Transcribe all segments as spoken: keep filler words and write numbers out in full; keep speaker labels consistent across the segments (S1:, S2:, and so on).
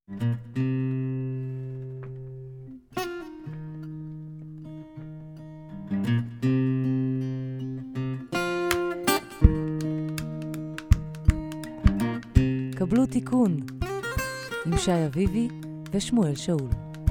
S1: קבלו תיקון עם שי אביבי ושמואל שאול.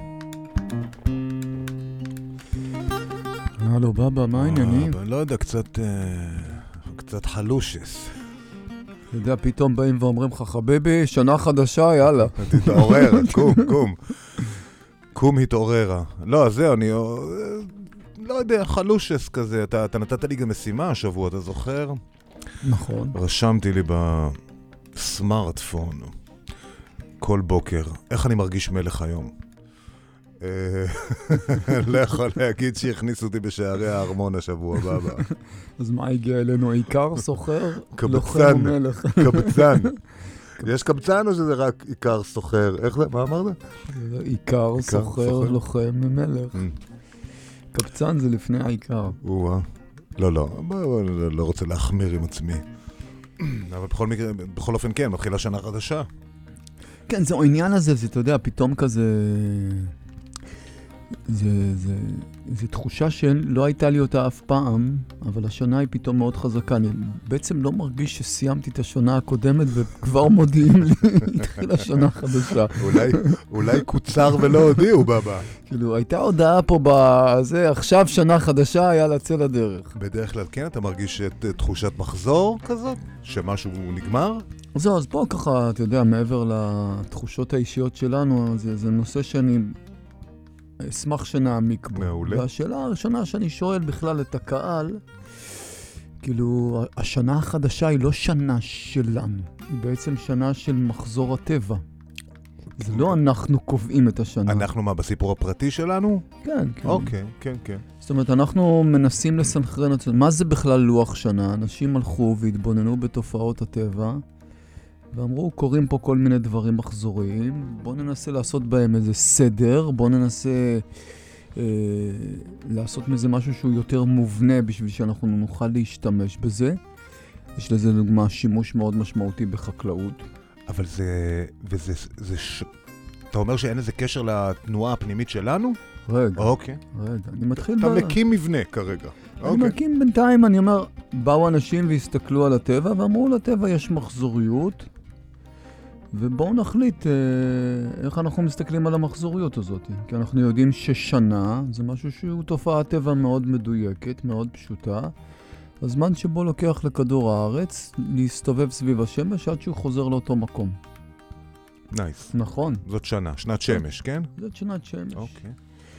S2: הלו בבא, מה העניינים?
S3: לא יודע, קצת קצת חלושס.
S2: אתה יודע, פתאום באים ואומרים לך, חביבי, שנה חדשה, יאללה.
S3: תתעורר, קום, קום. קום התעוררה. לא, זהו, אני לא יודע, חלושס כזה. אתה, אתה נתת לי גם משימה השבוע, אתה זוכר?
S2: נכון.
S3: רשמתי לי בסמארטפון כל בוקר, איך אני מרגיש מלך היום? לא יכול להגיד שהכניסו אותי בשערי הארמון השבוע הבא.
S2: אז מה הגיע אלינו? עיקר, סוחר,
S3: קבצן,
S2: מלך.
S3: קבצן. יש קבצן או שזה רק עיקר סוחר? איך זה? מה אמרת?
S2: עיקר, סוחר, לוחם, מלך. קבצן זה לפני העיקר.
S3: לא, לא, לא רוצה להחמיר עם עצמי. אבל בכל מקרה, בכל אופן כן, מתחילה שנה חדשה.
S2: כן, זה העניין הזה, זה, אתה יודע, פתאום כזה... זה, זה, זה תחושה שלא הייתה לי אותה אף פעם, אבל השנה היא פתאום מאוד חזקה. אני בעצם לא מרגיש שסיימתי את השנה הקודמת וכבר מודיעים לי, התחילה שנה חדשה.
S3: אולי, אולי קוצר ולא הודיעו, בבא.
S2: כאילו, הייתה הודעה פה בזה, עכשיו שנה חדשה, היה לצא לדרך.
S3: בדרך כלל כן, אתה מרגיש את תחושת מחזור כזאת? שמשהו נגמר?
S2: זהו, אז פה ככה, אתה יודע, מעבר לתחושות האישיות שלנו, זה, זה נושא שאני... אשמח שנעמיק בו.
S3: מעולה.
S2: והשאלה הראשונה שאני שואל בכלל את הקהל, כאילו, השנה החדשה היא לא שנה שלנו, היא בעצם שנה של מחזור הטבע. זה לא אנחנו קובעים את השנה.
S3: אנחנו מה, בסיפור הפרטי שלנו?
S2: כן, כן.
S3: אוקיי, כן, כן.
S2: זאת אומרת, אנחנו מנסים לסנכרן את זה. מה זה בכלל לוח שנה? אנשים הלכו והתבוננו בתופעות הטבע, ואמרו, קוראים פה כל מיני דברים מחזוריים, בואו ננסה לעשות בהם איזה סדר, בואו ננסה אה, לעשות מזה משהו שהוא יותר מובנה בשביל שאנחנו נוכל להשתמש בזה. יש לזה דוגמה שימוש מאוד משמעותי בחקלאות.
S3: אבל זה, וזה, זה ש... אתה אומר שאין איזה קשר לתנועה הפנימית שלנו?
S2: רגע,
S3: אוקיי.
S2: רגע, אני מתחיל...
S3: אתה
S2: ב...
S3: מקים מבנה כרגע.
S2: אני אוקיי. מקים בינתיים, אני אומר, באו אנשים והסתכלו על הטבע, ואמרו לטבע יש מחזוריות, ובואו נחליט אה, איך אנחנו מסתכלים על המחזוריות הזאת. כי אנחנו יודעים ששנה זה משהו שהוא תופעת טבע מאוד מדויקת, מאוד פשוטה. הזמן שבו לוקח לכדור הארץ להסתובב סביב השמש עד שהוא חוזר לאותו מקום.
S3: נייס.
S2: נכון.
S3: זאת שנה, שנת שמש, כן?
S2: זאת שנת שמש.
S3: אוקיי.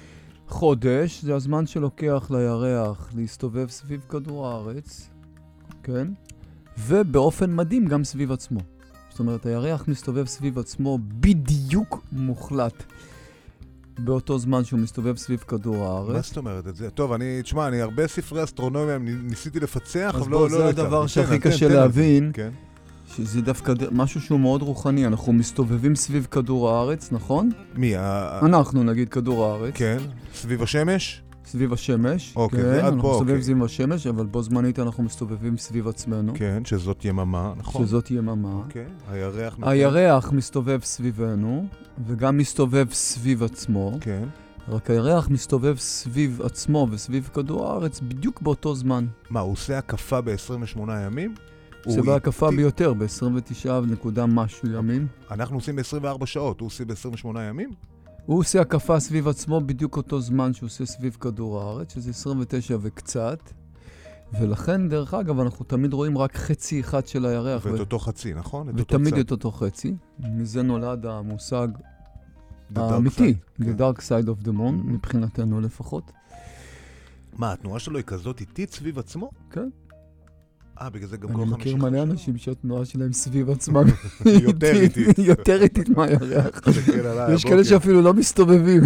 S2: חודש זה הזמן שלוקח לירח להסתובב סביב כדור הארץ, כן? ובאופן מדהים גם סביב עצמו. זאת אומרת, הירח מסתובב סביב עצמו בדיוק מוחלט באותו זמן שהוא מסתובב סביב כדור הארץ.
S3: מה זאת אומרת את זה? טוב, אני, תשמע, אני הרבה ספרי אסטרונומיה ניסיתי לפצח,
S2: אז
S3: אבל
S2: בוא,
S3: לא...
S2: זה הדבר שהכי קשה להבין,
S3: כן.
S2: שזה דווקא משהו שהוא מאוד רוחני. אנחנו מסתובבים סביב כדור הארץ, נכון?
S3: מי?
S2: אנחנו, נגיד, כדור הארץ.
S3: כן. סביב השמש?
S2: סביב השמש.
S3: אוקיי,
S2: כן,
S3: ועד
S2: אנחנו
S3: פה,
S2: מסתובבים
S3: אוקיי.
S2: סביב השמש, אבל בו זמנית אנחנו מסתובבים סביב עצמנו.
S3: כן, שזאת יממה, נכון.
S2: שזאת יממה.
S3: כן, הירח...
S2: הירח מסתובב סביבנו, וגם מסתובב סביב עצמו.
S3: כן.
S2: רק הירח מסתובב סביב עצמו וסביב כדור הארץ בדיוק באותו זמן.
S3: מה, הוא עושה הקפה ב-עשרים ושמונה ימים?
S2: הוא עושה בהקפה ביותר, ב-עשרים ותשע נקודה משהו ימים.
S3: אנחנו עושים ב-עשרים וארבע שעות, הוא עושה ב-עשרים ושמונה ימים?
S2: הוא עושה הקפה סביב עצמו בדיוק אותו זמן שהוא עושה סביב כדור הארץ, שזה עשרים ותשע וקצת. ולכן, דרך אגב, אנחנו תמיד רואים רק חצי אחד של הירח.
S3: ואת
S2: ו...
S3: אותו חצי, נכון?
S2: ותמיד את אותו חצי. מזה נולד המושג האמיתי, The Dark Side of the Moon, מבחינתנו לפחות.
S3: מה, התנועה שלו היא כזאת איטית סביב עצמו?
S2: כן.
S3: אה, בגלל זה גם כל
S2: אני
S3: חמישי
S2: מכיר
S3: חמישי.
S2: מלא אנשים שהתנועה שלהם סביב עצמם
S3: יותר איטית.
S2: יותר איטית מהירח. יש כאלה שאפילו לא מסתובבים.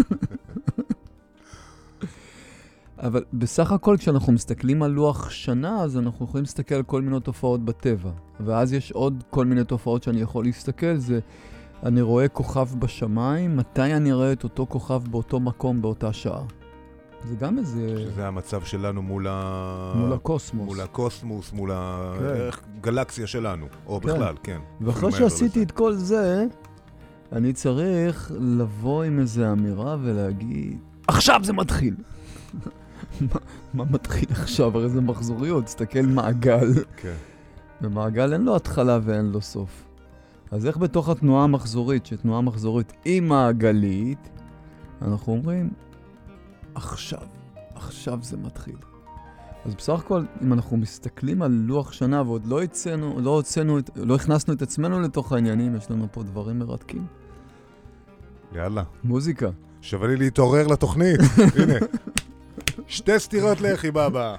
S2: אבל בסך הכל כשאנחנו מסתכלים על לוח שנה, אז אנחנו יכולים להסתכל על כל מיני תופעות בטבע. ואז יש עוד כל מיני תופעות שאני יכול להסתכל, זה אני רואה כוכב בשמיים, מתי אני רואה את אותו כוכב באותו מקום באותה שעה. זה גם איזה...
S3: שזה המצב שלנו מול ה...
S2: מול הקוסמוס.
S3: מול הקוסמוס, מול
S2: כן.
S3: הגלקסיה שלנו, או
S2: כן.
S3: בכלל, כן.
S2: ואחרי שעשיתי את כל זה, אני צריך לבוא עם איזו אמירה ולהגיד, עכשיו זה מתחיל. מה, מה מתחיל עכשיו? הרי זה מחזוריות, תסתכל מעגל.
S3: כן.
S2: במעגל אין לו התחלה ואין לו סוף. אז איך בתוך התנועה המחזורית, שתנועה מחזורית היא מעגלית, אנחנו אומרים, עכשיו, עכשיו זה מתחיל. אז בסך הכל, אם אנחנו מסתכלים על לוח שנה ועוד לא הצאנו, לא הצאנו, לא הכנסנו את עצמנו לתוך העניינים, יש לנו פה דברים מרתקים.
S3: יאללה.
S2: מוזיקה.
S3: שווה לי להתעורר לתוכנית. הנה. שתי סתירות לחי, בבא.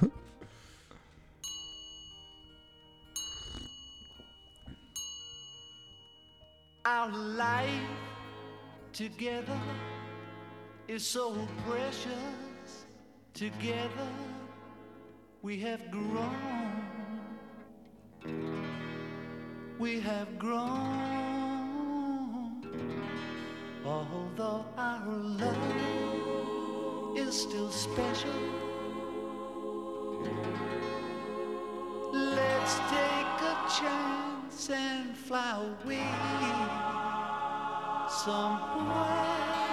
S4: Our life together is so precious. Together we have grown. We have grown. Although our love is still special, let's take a chance and fly away somewhere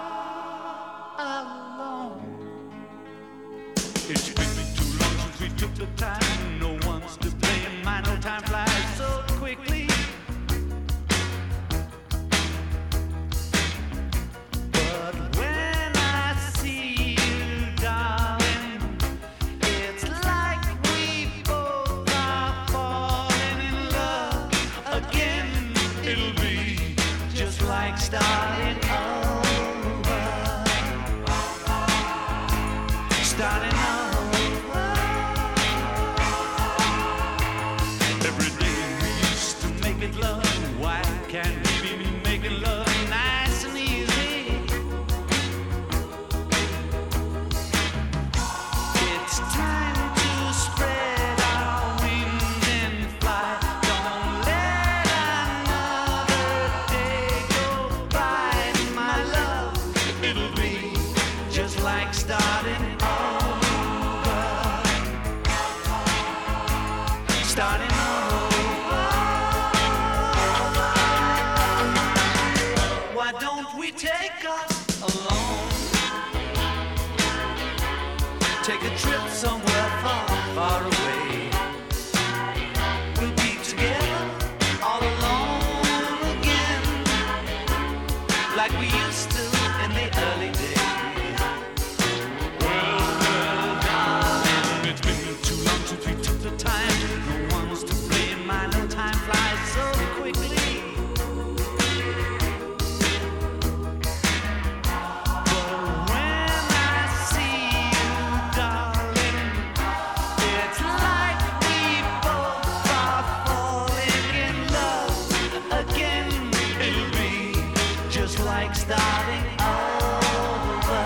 S4: alone. It's been too long since we took the time. No one's to blame. My no time flies so quickly. But when I see you, darling, it's like we both are falling in love again. It'll be just like starting over. Starting over. Every day we used to make it love. Why can't we be making love nice and easy? It's time to spread our wings and fly. Don't let another day go by, my love. It'll be just like starting over. Starting over. Why don't we take us alone? Take a trip somewhere far, far away. We'll be together all alone again, like we used to in the early days. Well, well, darling, it's been too long since we took the time. No one's to blame. My no time flies so quickly. But when I see you, darling, it's like we both are falling in love again. It'll be just like starting over.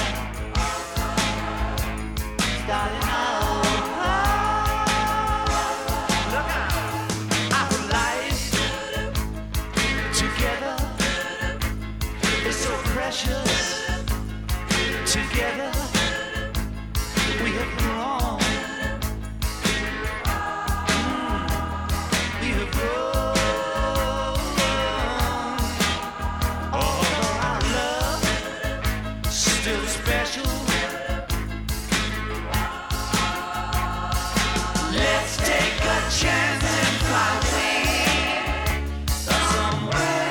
S4: Starting over. Look out. Our life together is so precious. Together we have grown. Mm, we have grown. Although our love still special, let's take a chance and fly away somewhere.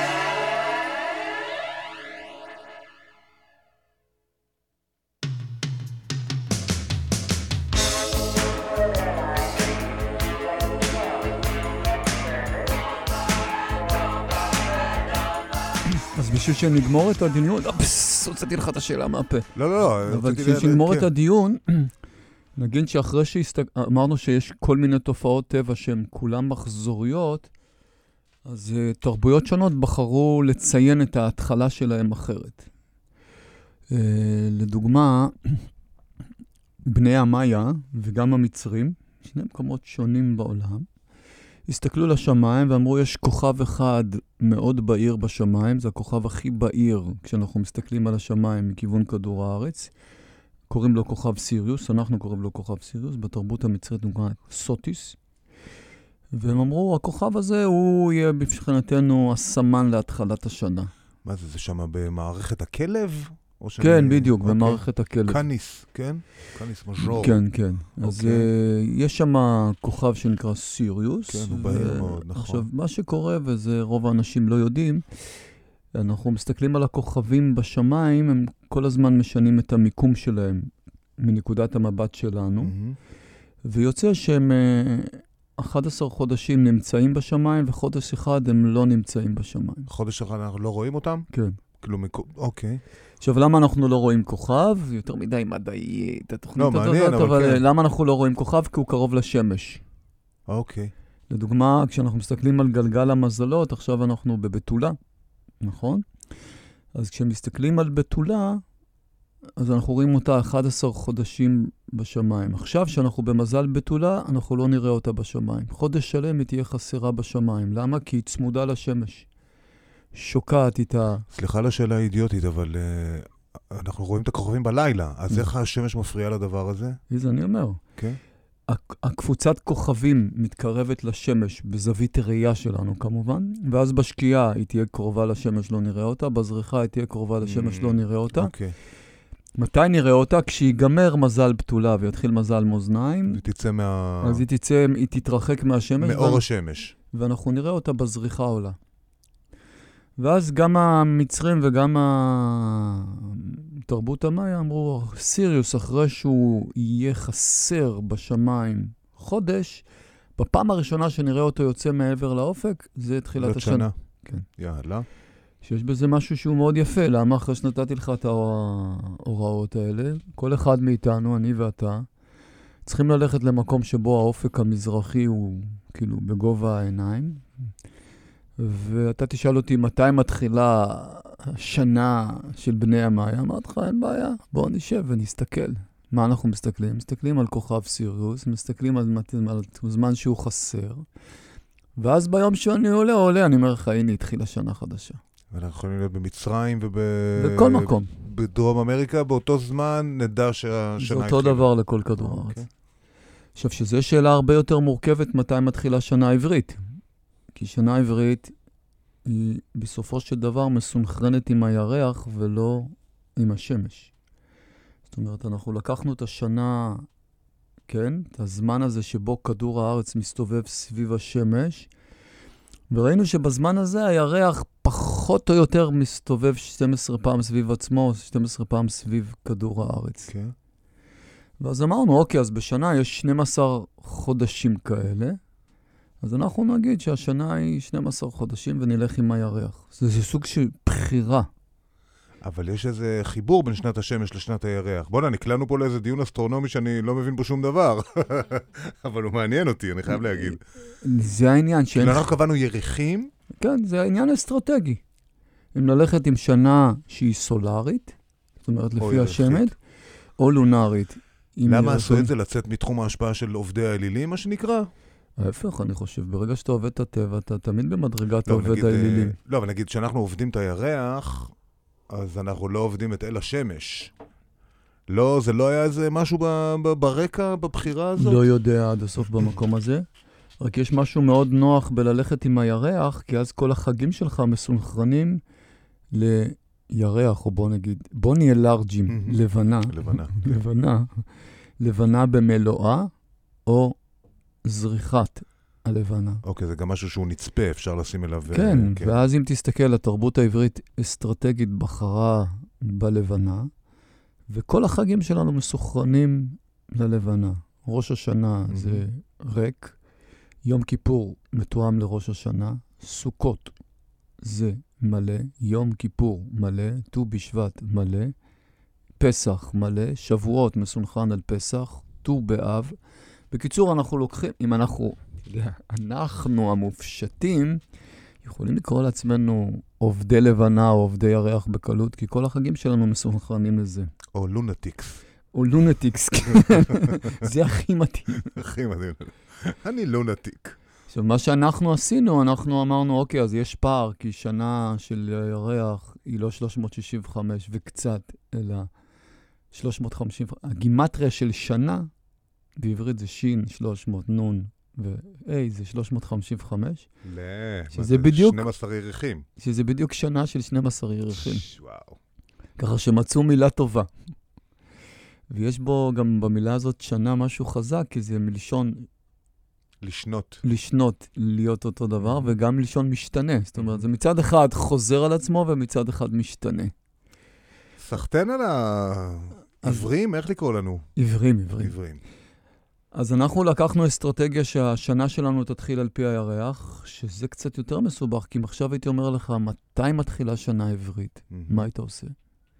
S2: אז בשביל שנגמור את הדיון, אופס, הוצאתי לך את השאלה מהפה.
S3: לא, לא, לא.
S2: אבל
S3: רציתי
S2: בשביל
S3: ל-
S2: שנגמור
S3: כן.
S2: את הדיון, נגיד שאחרי שאמרנו שיש כל מיני תופעות טבע שהן כולן מחזוריות, אז uh, תרבויות שונות בחרו לציין את ההתחלה שלהם אחרת. Uh, לדוגמה, בני המאיה וגם המצרים, שני מקומות שונים בעולם, הסתכלו לשמיים ואמרו, יש כוכב אחד מאוד בהיר בשמיים, זה הכוכב הכי בהיר כשאנחנו מסתכלים על השמיים מכיוון כדור הארץ. קוראים לו כוכב סיריוס, אנחנו קוראים לו כוכב סיריוס, בתרבות המצרית נקרא סוטיס. והם אמרו, הכוכב הזה הוא יהיה מבחינתנו הסמן להתחלת השנה.
S3: מה זה, זה שם במערכת הכלב? או שאני-
S2: כן, בדיוק,
S3: אוקיי.
S2: במערכת הכלב.
S3: קניס, כן? קניס מז'ור.
S2: כן, כן. אז
S3: אוקיי.
S2: אה, יש שם כוכב שנקרא סיריוס.
S3: כן, הוא בהיר מאוד, נכון.
S2: עכשיו, מה שקורה, וזה רוב האנשים לא יודעים, אנחנו מסתכלים על הכוכבים בשמיים, הם כל הזמן משנים את המיקום שלהם מנקודת המבט שלנו,
S3: מהמם.
S2: ויוצא שהם אה, אחד עשר חודשים נמצאים בשמיים, וחודש אחד הם לא נמצאים בשמיים.
S3: חודש אחד אנחנו לא רואים אותם?
S2: כן.
S3: כאילו, מקו- אוקיי.
S2: עכשיו, למה אנחנו לא רואים כוכב? יותר מדי מדעית, התוכנית
S3: לא,
S2: הזאת,
S3: מעניין, אבל
S2: אבל
S3: כן.
S2: למה אנחנו לא רואים כוכב? כי הוא קרוב לשמש.
S3: אוקיי.
S2: לדוגמה, כשאנחנו מסתכלים על גלגל המזלות, עכשיו אנחנו בבתולה, נכון? אז כשמסתכלים על בתולה, אז אנחנו רואים אותה אחד עשר חודשים בשמיים. עכשיו, כשאנחנו במזל בתולה, אנחנו לא נראה אותה בשמיים. חודש שלם היא תהיה חסרה בשמיים. למה? כי היא צמודה לשמש. שוקעת איתה.
S3: סליחה על השאלה האידיוטית, אבל uh, אנחנו רואים את הכוכבים בלילה, אז איך השמש מפריעה לדבר הזה?
S2: איזה אני אומר.
S3: כן.
S2: הק- הקבוצת כוכבים מתקרבת לשמש בזווית ראייה שלנו כמובן, ואז בשקיעה היא תהיה קרובה לשמש, לא נראה אותה, בזריחה היא תהיה קרובה לשמש,
S3: Mm,
S2: לא נראה אותה.
S3: אוקיי.
S2: מתי נראה אותה? כשיגמר מזל בתולה ויתחיל מזל מאזניים,
S3: ותצא מה...
S2: אז היא תצא, היא תתרחק מהשמש,
S3: מאור
S2: ואנ-
S3: השמש.
S2: ואנחנו נראה אותה בזריחה עולה. ואז גם המצרים וגם התרבות המאיה אמרו, סיריוס, אחרי שהוא יהיה חסר בשמיים חודש, בפעם הראשונה שנראה אותו יוצא מעבר לאופק, זה תחילת
S3: זאת
S2: השנה.
S3: שנה.
S2: כן.
S3: יאללה.
S2: שיש בזה משהו שהוא מאוד יפה. למה? אחרי שנתתי לך את ההוראות האלה, כל אחד מאיתנו, אני ואתה, צריכים ללכת למקום שבו האופק המזרחי הוא כאילו בגובה העיניים, ואתה תשאל אותי מתי מתחילה השנה של בני המאיה. אמרתי לך, אין בעיה, בואו נשב ונסתכל. מה אנחנו מסתכלים? מסתכלים על כוכב סיריוס, מסתכלים על, על זמן שהוא חסר, ואז ביום שאני עולה, עולה, אני אומר לך, הנה, התחילה שנה חדשה.
S3: ואנחנו יכולים להיות במצרים וב...
S2: בכל מקום.
S3: בדרום אמריקה, באותו זמן נדע שהשנה
S2: זה אותו דבר לכל כדור הארץ.
S3: אוקיי.
S2: עכשיו, שזו שאלה הרבה יותר מורכבת מתי מתחילה שנה עברית. כי שנה עברית היא בסופו של דבר מסונכרנת עם הירח ולא עם השמש. זאת אומרת, אנחנו לקחנו את השנה, כן, את הזמן הזה שבו כדור הארץ מסתובב סביב השמש, וראינו שבזמן הזה הירח פחות או יותר מסתובב שתים עשרה פעם סביב עצמו, שתים עשרה פעם סביב כדור הארץ.
S3: כן.
S2: ואז אמרנו, אוקיי, אז בשנה יש שנים עשר חודשים כאלה, אז אנחנו נגיד שהשנה היא שנים עשר חודשים ונלך עם הירח. זה, זה סוג של בחירה.
S3: אבל יש איזה חיבור בין שנת השמש לשנת הירח. בוא'נה, נקלענו פה לאיזה דיון אסטרונומי שאני לא מבין בו שום דבר. אבל הוא מעניין אותי, אני חייב להגיד.
S2: זה העניין שאין...
S3: כאילו אנחנו קבענו ירחים,
S2: כן, זה העניין אסטרטגי. אם ללכת עם שנה שהיא סולארית, זאת אומרת
S3: או
S2: לפי
S3: ירחית.
S2: השמש, או לונארית. עם
S3: למה
S2: ירחים.
S3: עשו את זה לצאת מתחום ההשפעה של עובדי האלילים, מה שנקרא?
S2: ההפך, אני חושב. ברגע שאתה עובד את הטבע, אתה תמיד במדרגת
S3: לא,
S2: עובד
S3: נגיד,
S2: האלילים.
S3: אה, לא, אבל נגיד שאנחנו עובדים את הירח, אז אנחנו לא עובדים את אל השמש. לא, זה לא היה איזה משהו ב- ב- ברקע, בבחירה הזאת?
S2: לא יודע עד הסוף במקום הזה. רק יש משהו מאוד נוח בללכת עם הירח, כי אז כל החגים שלך מסונכרנים לירח, או בוא נגיד, בוא נהיה לארג'ים,
S3: מהמם.
S2: לבנה.
S3: לבנה.
S2: לבנה. לבנה במלואה, או זריחת הלבנה.
S3: אוקיי, זה גם משהו שהוא נצפה, אפשר לשים אליו... אה,
S2: כן, ואז אם תסתכל, התרבות העברית אסטרטגית בחרה בלבנה, וכל החגים שלנו מסוכרנים ללבנה. ראש השנה
S3: Mhm.
S2: זה ריק, יום כיפור מתואם לראש השנה, סוכות זה מלא, יום כיפור מלא, ט"ו בשבט מלא, פסח מלא, שבועות מסונכרן על פסח, ט"ו באב. בקיצור, אנחנו לוקחים, אם אנחנו, אתה יודע, אנחנו המופשטים, יכולים לקרוא לעצמנו עובדי לבנה או עובדי ירח בקלות, כי כל החגים שלנו מסונכרנים לזה.
S3: או לונטיקס.
S2: או לונטיקס, זה הכי מתאים.
S3: הכי מדהים. אני לונטיק.
S2: עכשיו, מה שאנחנו עשינו, אנחנו אמרנו, אוקיי, אז יש פער, כי שנה של ירח היא לא שלוש מאות שישים וחמש וקצת, אלא שלוש מאות חמישים. הגימטריה של שנה, בעברית זה שין, שלוש מאות, נון ו-A זה שלוש מאות חמישים וחמש,
S3: לא,
S2: שזה בדיוק-
S3: שנים עשר יריחים.
S2: שזה בדיוק שנה של שנים עשר ירחים.
S3: ש- וואו.
S2: ככה שמצאו מילה טובה. ויש בו גם במילה הזאת שנה משהו חזק, כי זה מלשון
S3: לשנות.
S2: לשנות, להיות אותו דבר, וגם לשון משתנה. זאת אומרת, זה מצד אחד חוזר על עצמו, ומצד אחד משתנה.
S3: סחטן על העברים, איך לקרוא לנו?
S2: עברים, עברים.
S3: עברים.
S2: אז אנחנו לקחנו אסטרטגיה שהשנה שלנו תתחיל על פי הירח, שזה קצת יותר מסובך, כי אם עכשיו הייתי אומר לך, מתי מתחילה שנה עברית? מה היית עושה?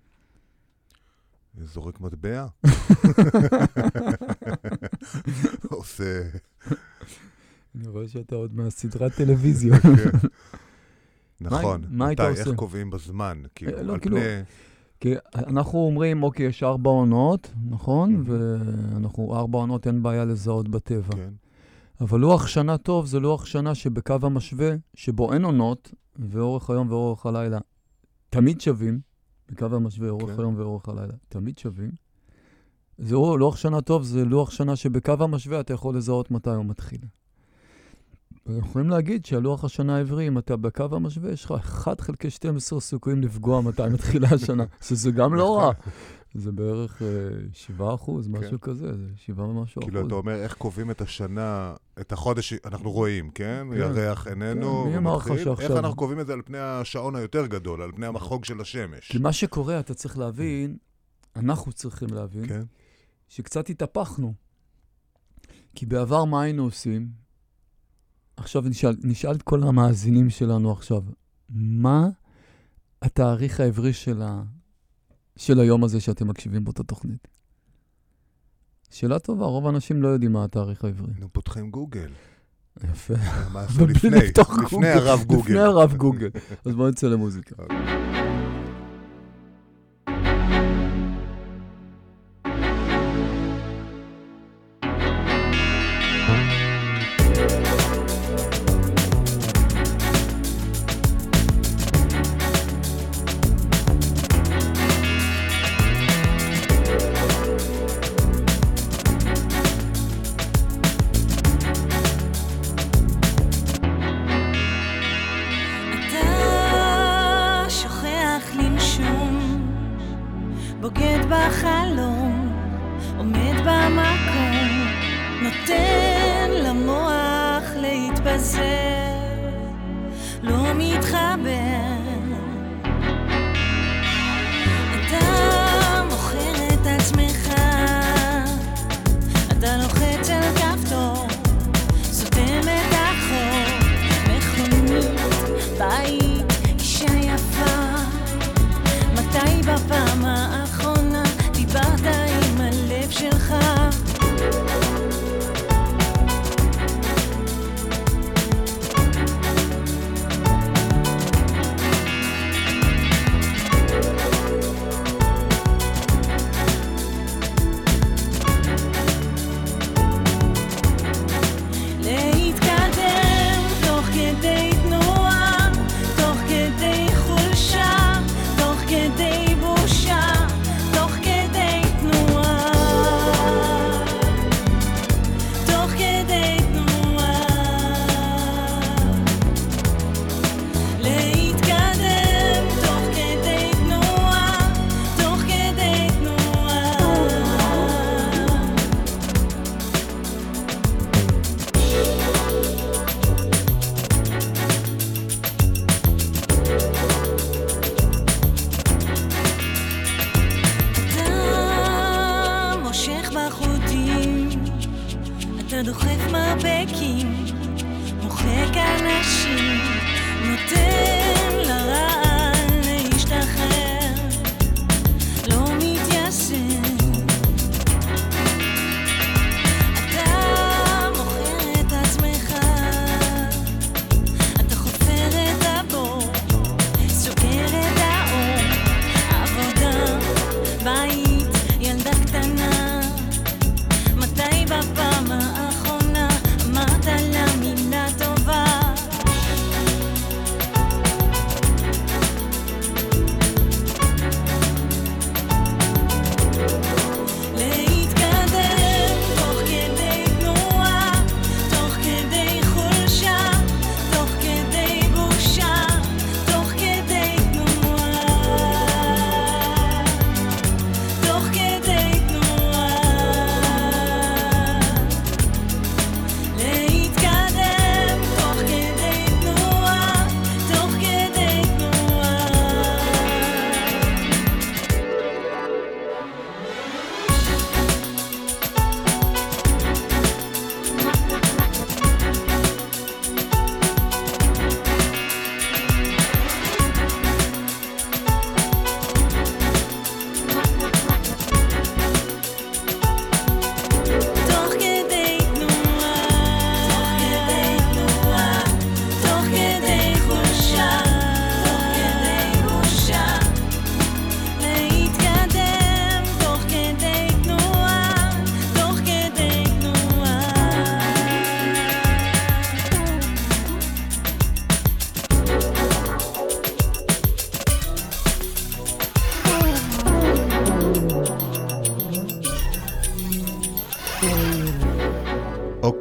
S3: זורק מטבע? עושה...
S2: אני רואה שאתה עוד מהסדרת טלוויזיה.
S3: נכון.
S2: מה היית
S3: מתי,
S2: עושה?
S3: איך קובעים בזמן? כאילו,
S2: לא,
S3: על
S2: כאילו-
S3: פני...
S2: כי אנחנו אומרים, אוקיי, יש ארבע עונות, נכון? ואנחנו, ארבע עונות אין בעיה לזהות בטבע.
S3: כן.
S2: אבל לוח שנה טוב זה לוח שנה שבקו המשווה, שבו אין עונות, ואורך היום ואורך הלילה תמיד שווים, בקו המשווה, אורך
S3: כן.
S2: היום ואורך הלילה תמיד שווים. זה לוח שנה טוב, זה לוח שנה שבקו המשווה אתה יכול לזהות מתי הוא מתחיל. אנחנו יכולים להגיד שהלוח השנה העברי, אם אתה בקו המשווה, יש לך אחד חלקי שתים עשרה סיכויים לפגוע מתי מתחילה השנה. שזה גם לא רע. זה בערך אה, שבעה אחוז, משהו כזה, זה שבעה ומשהו אחוז.
S3: כאילו, אתה אומר, איך קובעים את השנה, את החודש, אנחנו רואים, כן?
S2: כן.
S3: ירח עינינו,
S2: כן, מי אמר לך
S3: ומתחיל. איך
S2: שעכשיו-
S3: אנחנו קובעים את זה על פני השעון היותר גדול, על פני המחוג של השמש?
S2: כי מה שקורה, אתה צריך להבין, אנחנו צריכים להבין,
S3: כן?
S2: שקצת התהפכנו. כי בעבר מה היינו עושים? עכשיו נשאל, נשאל את כל המאזינים שלנו עכשיו, מה התאריך העברי של, ה... של היום הזה שאתם מקשיבים בו את התוכנית? שאלה טובה, רוב האנשים לא יודעים מה התאריך העברי.
S3: נו, פותחים גוגל.
S2: יפה.
S3: מה עשו
S2: בלי
S3: לפני?
S2: לפתוח
S3: לפני
S2: גוגל.
S3: הרב גוגל.
S2: לפני הרב גוגל. אז בואו נצא למוזיקה.
S5: אתה שוכח לנשום, בוגד בחלום, עומד במקום, נותן למוח להתפזר, לא מתחבר. אתה מוכר את עצמך, אתה לוחץ על כפתור, סותם את החור, מכונית, בית, אישה יפה. מתי בפעם האחרונה דיברת עם הלב שלך? להתקדם תוך כדי תנועה, תוך כדי חולשה, תוך כדי בושה, תוך כדי תנועה, תוך כדי תנועה. להתקדם תוך כדי תנועה, תוך כדי תנועה. אתה מושך בחוטים, אתה דוחף מרפקים, מוחק אנשים, נותן לרעל להשתחרר, לא מתייסר. אתה מוכר את עצמך, אתה חופר את הבור, סוגר את האור, עבודה, בית, ילדה קטנה. מתי בפעם האחרונה אמרת לה מילה טובה?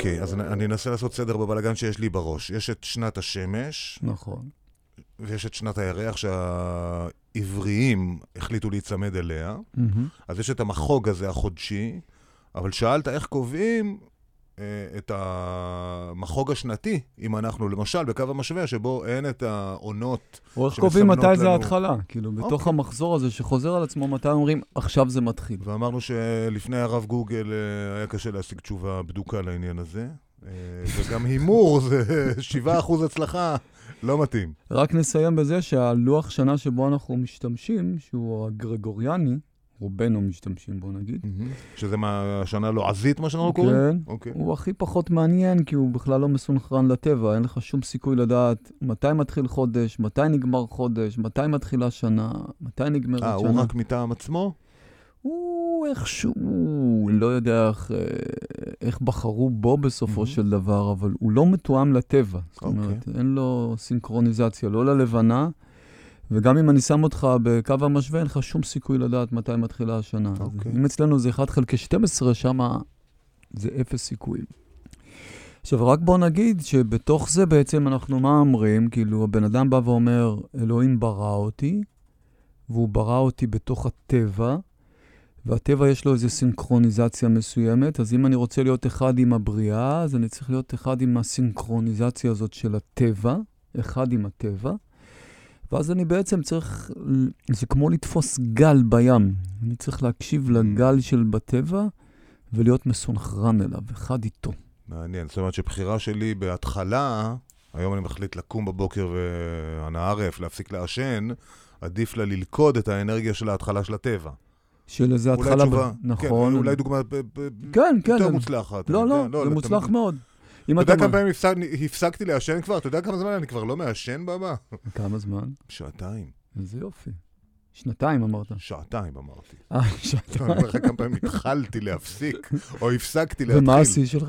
S3: אוקיי, אז אני אנסה לעשות סדר בבלגן שיש לי בראש. יש את שנת השמש,
S2: נכון.
S3: ויש את שנת הירח שהעבריים החליטו להיצמד אליה.
S2: מהמם.
S3: אז יש את המחוג הזה החודשי, אבל שאלת איך קובעים אה, את המחוג השנתי, אם אנחנו למשל בקו המשווה, שבו אין את העונות
S2: או איך
S3: שמסמנות
S2: קובעים מתי זה
S3: לנו-
S2: ההתחלה, כאילו, בתוך
S3: אוקיי.
S2: המחזור הזה שחוזר על עצמו, מתי אומרים, עכשיו זה מתחיל.
S3: ואמרנו שלפני הרב גוגל אה, היה קשה להשיג תשובה בדוקה לעניין הזה. אה, וגם הימור זה שבעה אחוז הצלחה, לא מתאים.
S2: רק נסיים בזה שהלוח שנה שבו אנחנו משתמשים, שהוא הגרגוריאני, רובנו משתמשים בו נגיד,
S3: שזה מה, השנה לועזית, מה שאנחנו קוראים?
S2: כן,
S3: אוקיי.
S2: הוא הכי פחות מעניין, כי הוא בכלל לא מסונכרן לטבע, אין לך שום סיכוי לדעת מתי מתחיל חודש, מתי נגמר חודש, מתי מתחילה שנה, מתי נגמרת
S3: אה,
S2: שנה.
S3: הוא רק מטעם עצמו?
S2: הוא איכשהו, לא יודע איך, אה, איך בחרו בו בסופו
S3: Mhm.
S2: של דבר, אבל הוא לא מתואם לטבע. זאת
S3: אוקיי.
S2: אומרת, אין לו סינכרוניזציה, לא ללבנה, וגם אם אני שם אותך בקו המשווה, אין לך שום סיכוי לדעת מתי מתחילה השנה. אז
S3: אוקיי.
S2: אם אצלנו זה אחד חלקי שתים עשרה, שם זה אפס סיכויים. עכשיו, רק בוא נגיד שבתוך זה בעצם אנחנו מה אומרים? כאילו, הבן אדם בא ואומר, אלוהים ברא אותי, והוא ברא אותי בתוך הטבע, והטבע יש לו איזו סינכרוניזציה מסוימת, אז אם אני רוצה להיות אחד עם הבריאה, אז אני צריך להיות אחד עם הסינכרוניזציה הזאת של הטבע, אחד עם הטבע, ואז אני בעצם צריך, זה כמו לתפוס גל בים, אני צריך להקשיב לגל של בטבע, ולהיות מסונכרן אליו, אחד איתו.
S3: מעניין, זאת אומרת שבחירה שלי בהתחלה, היום אני מחליט לקום בבוקר ואנה ערף, להפסיק לעשן, עדיף לה ללכוד את האנרגיה של ההתחלה של הטבע.
S2: של איזה
S3: אולי
S2: התחלה,
S3: תשובה,
S2: ב... נכון.
S3: כן, אולי דוגמה ב- ב-
S2: כן, כן.
S3: יותר
S2: זה-
S3: מוצלחת.
S2: לא,
S3: כן,
S2: לא, זה
S3: אתה-
S2: מוצלח מאוד. אם
S3: אתה יודע
S2: אתה...
S3: כמה פעמים הפסק- הפסקתי לעשן כבר? אתה יודע כמה זמן אני כבר לא מעשן במה?
S2: כמה זמן?
S3: שעתיים.
S2: איזה יופי. שנתיים אמרת.
S3: שעתיים אמרתי.
S2: אה,
S3: אני
S2: שנתיים.
S3: אומר לך כמה פעמים התחלתי להפסיק, או הפסקתי להתחיל.
S2: ומה השיא שלך?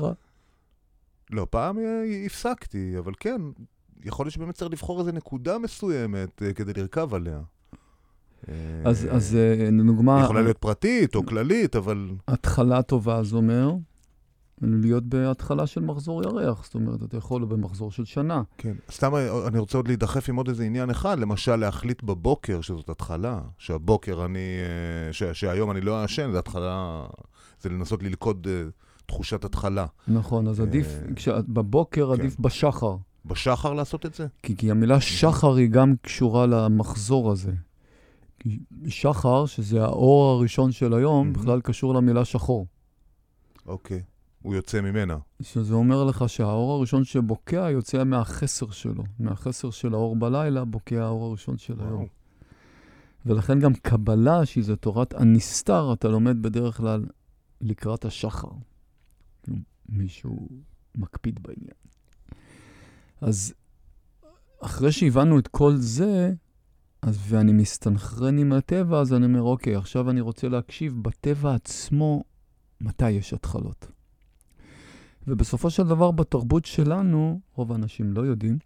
S3: לא, פעם אה, הפסקתי, אבל כן, יכול להיות שבאמת צריך לבחור איזו נקודה מסוימת אה, כדי לרכב עליה. אה,
S2: אז, אז אה, לדוגמה,
S3: יכולה להיות פרטית או כללית, אבל...
S2: התחלה טובה, זה אומר, להיות בהתחלה של מחזור ירח. זאת אומרת, אתה יכול במחזור של שנה.
S3: כן. סתם אה, אני רוצה עוד להידחף עם עוד איזה עניין אחד, למשל להחליט בבוקר שזאת התחלה, שהבוקר אני, אה, ש, שהיום אני לא אעשן, זה התחלה, זה לנסות ללכוד אה, תחושת התחלה.
S2: נכון, אז עדיף,
S3: אה,
S2: כשאת- בבוקר
S3: כן.
S2: עדיף בשחר.
S3: בשחר לעשות את זה?
S2: כי, כי המילה שחר היא גם קשורה למחזור הזה. כי שחר, שזה האור הראשון של היום,
S3: Mhm.
S2: בכלל קשור למילה שחור.
S3: אוקיי. הוא יוצא ממנה.
S2: שזה אומר לך שהאור הראשון שבוקע יוצא מהחסר שלו. מהחסר של האור בלילה בוקע האור הראשון של היום.
S3: וואו.
S2: ולכן גם קבלה, שהיא זה תורת הנסתר, אתה לומד בדרך כלל לקראת השחר. כאילו, מישהו מקפיד בעניין. אז אחרי שהבנו את כל זה, אז ואני מסתנכרן עם הטבע, אז אני אומר, אוקיי, עכשיו אני רוצה להקשיב בטבע עצמו מתי יש התחלות. ובסופו של דבר, בתרבות שלנו, רוב האנשים לא יודעים,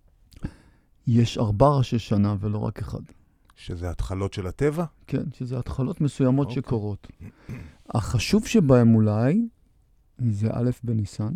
S2: יש ארבע ראשי שנה ולא רק אחד.
S3: שזה התחלות של הטבע?
S2: כן, שזה התחלות מסוימות
S3: אוקיי.
S2: שקורות. החשוב שבהם אולי, זה א' בניסן,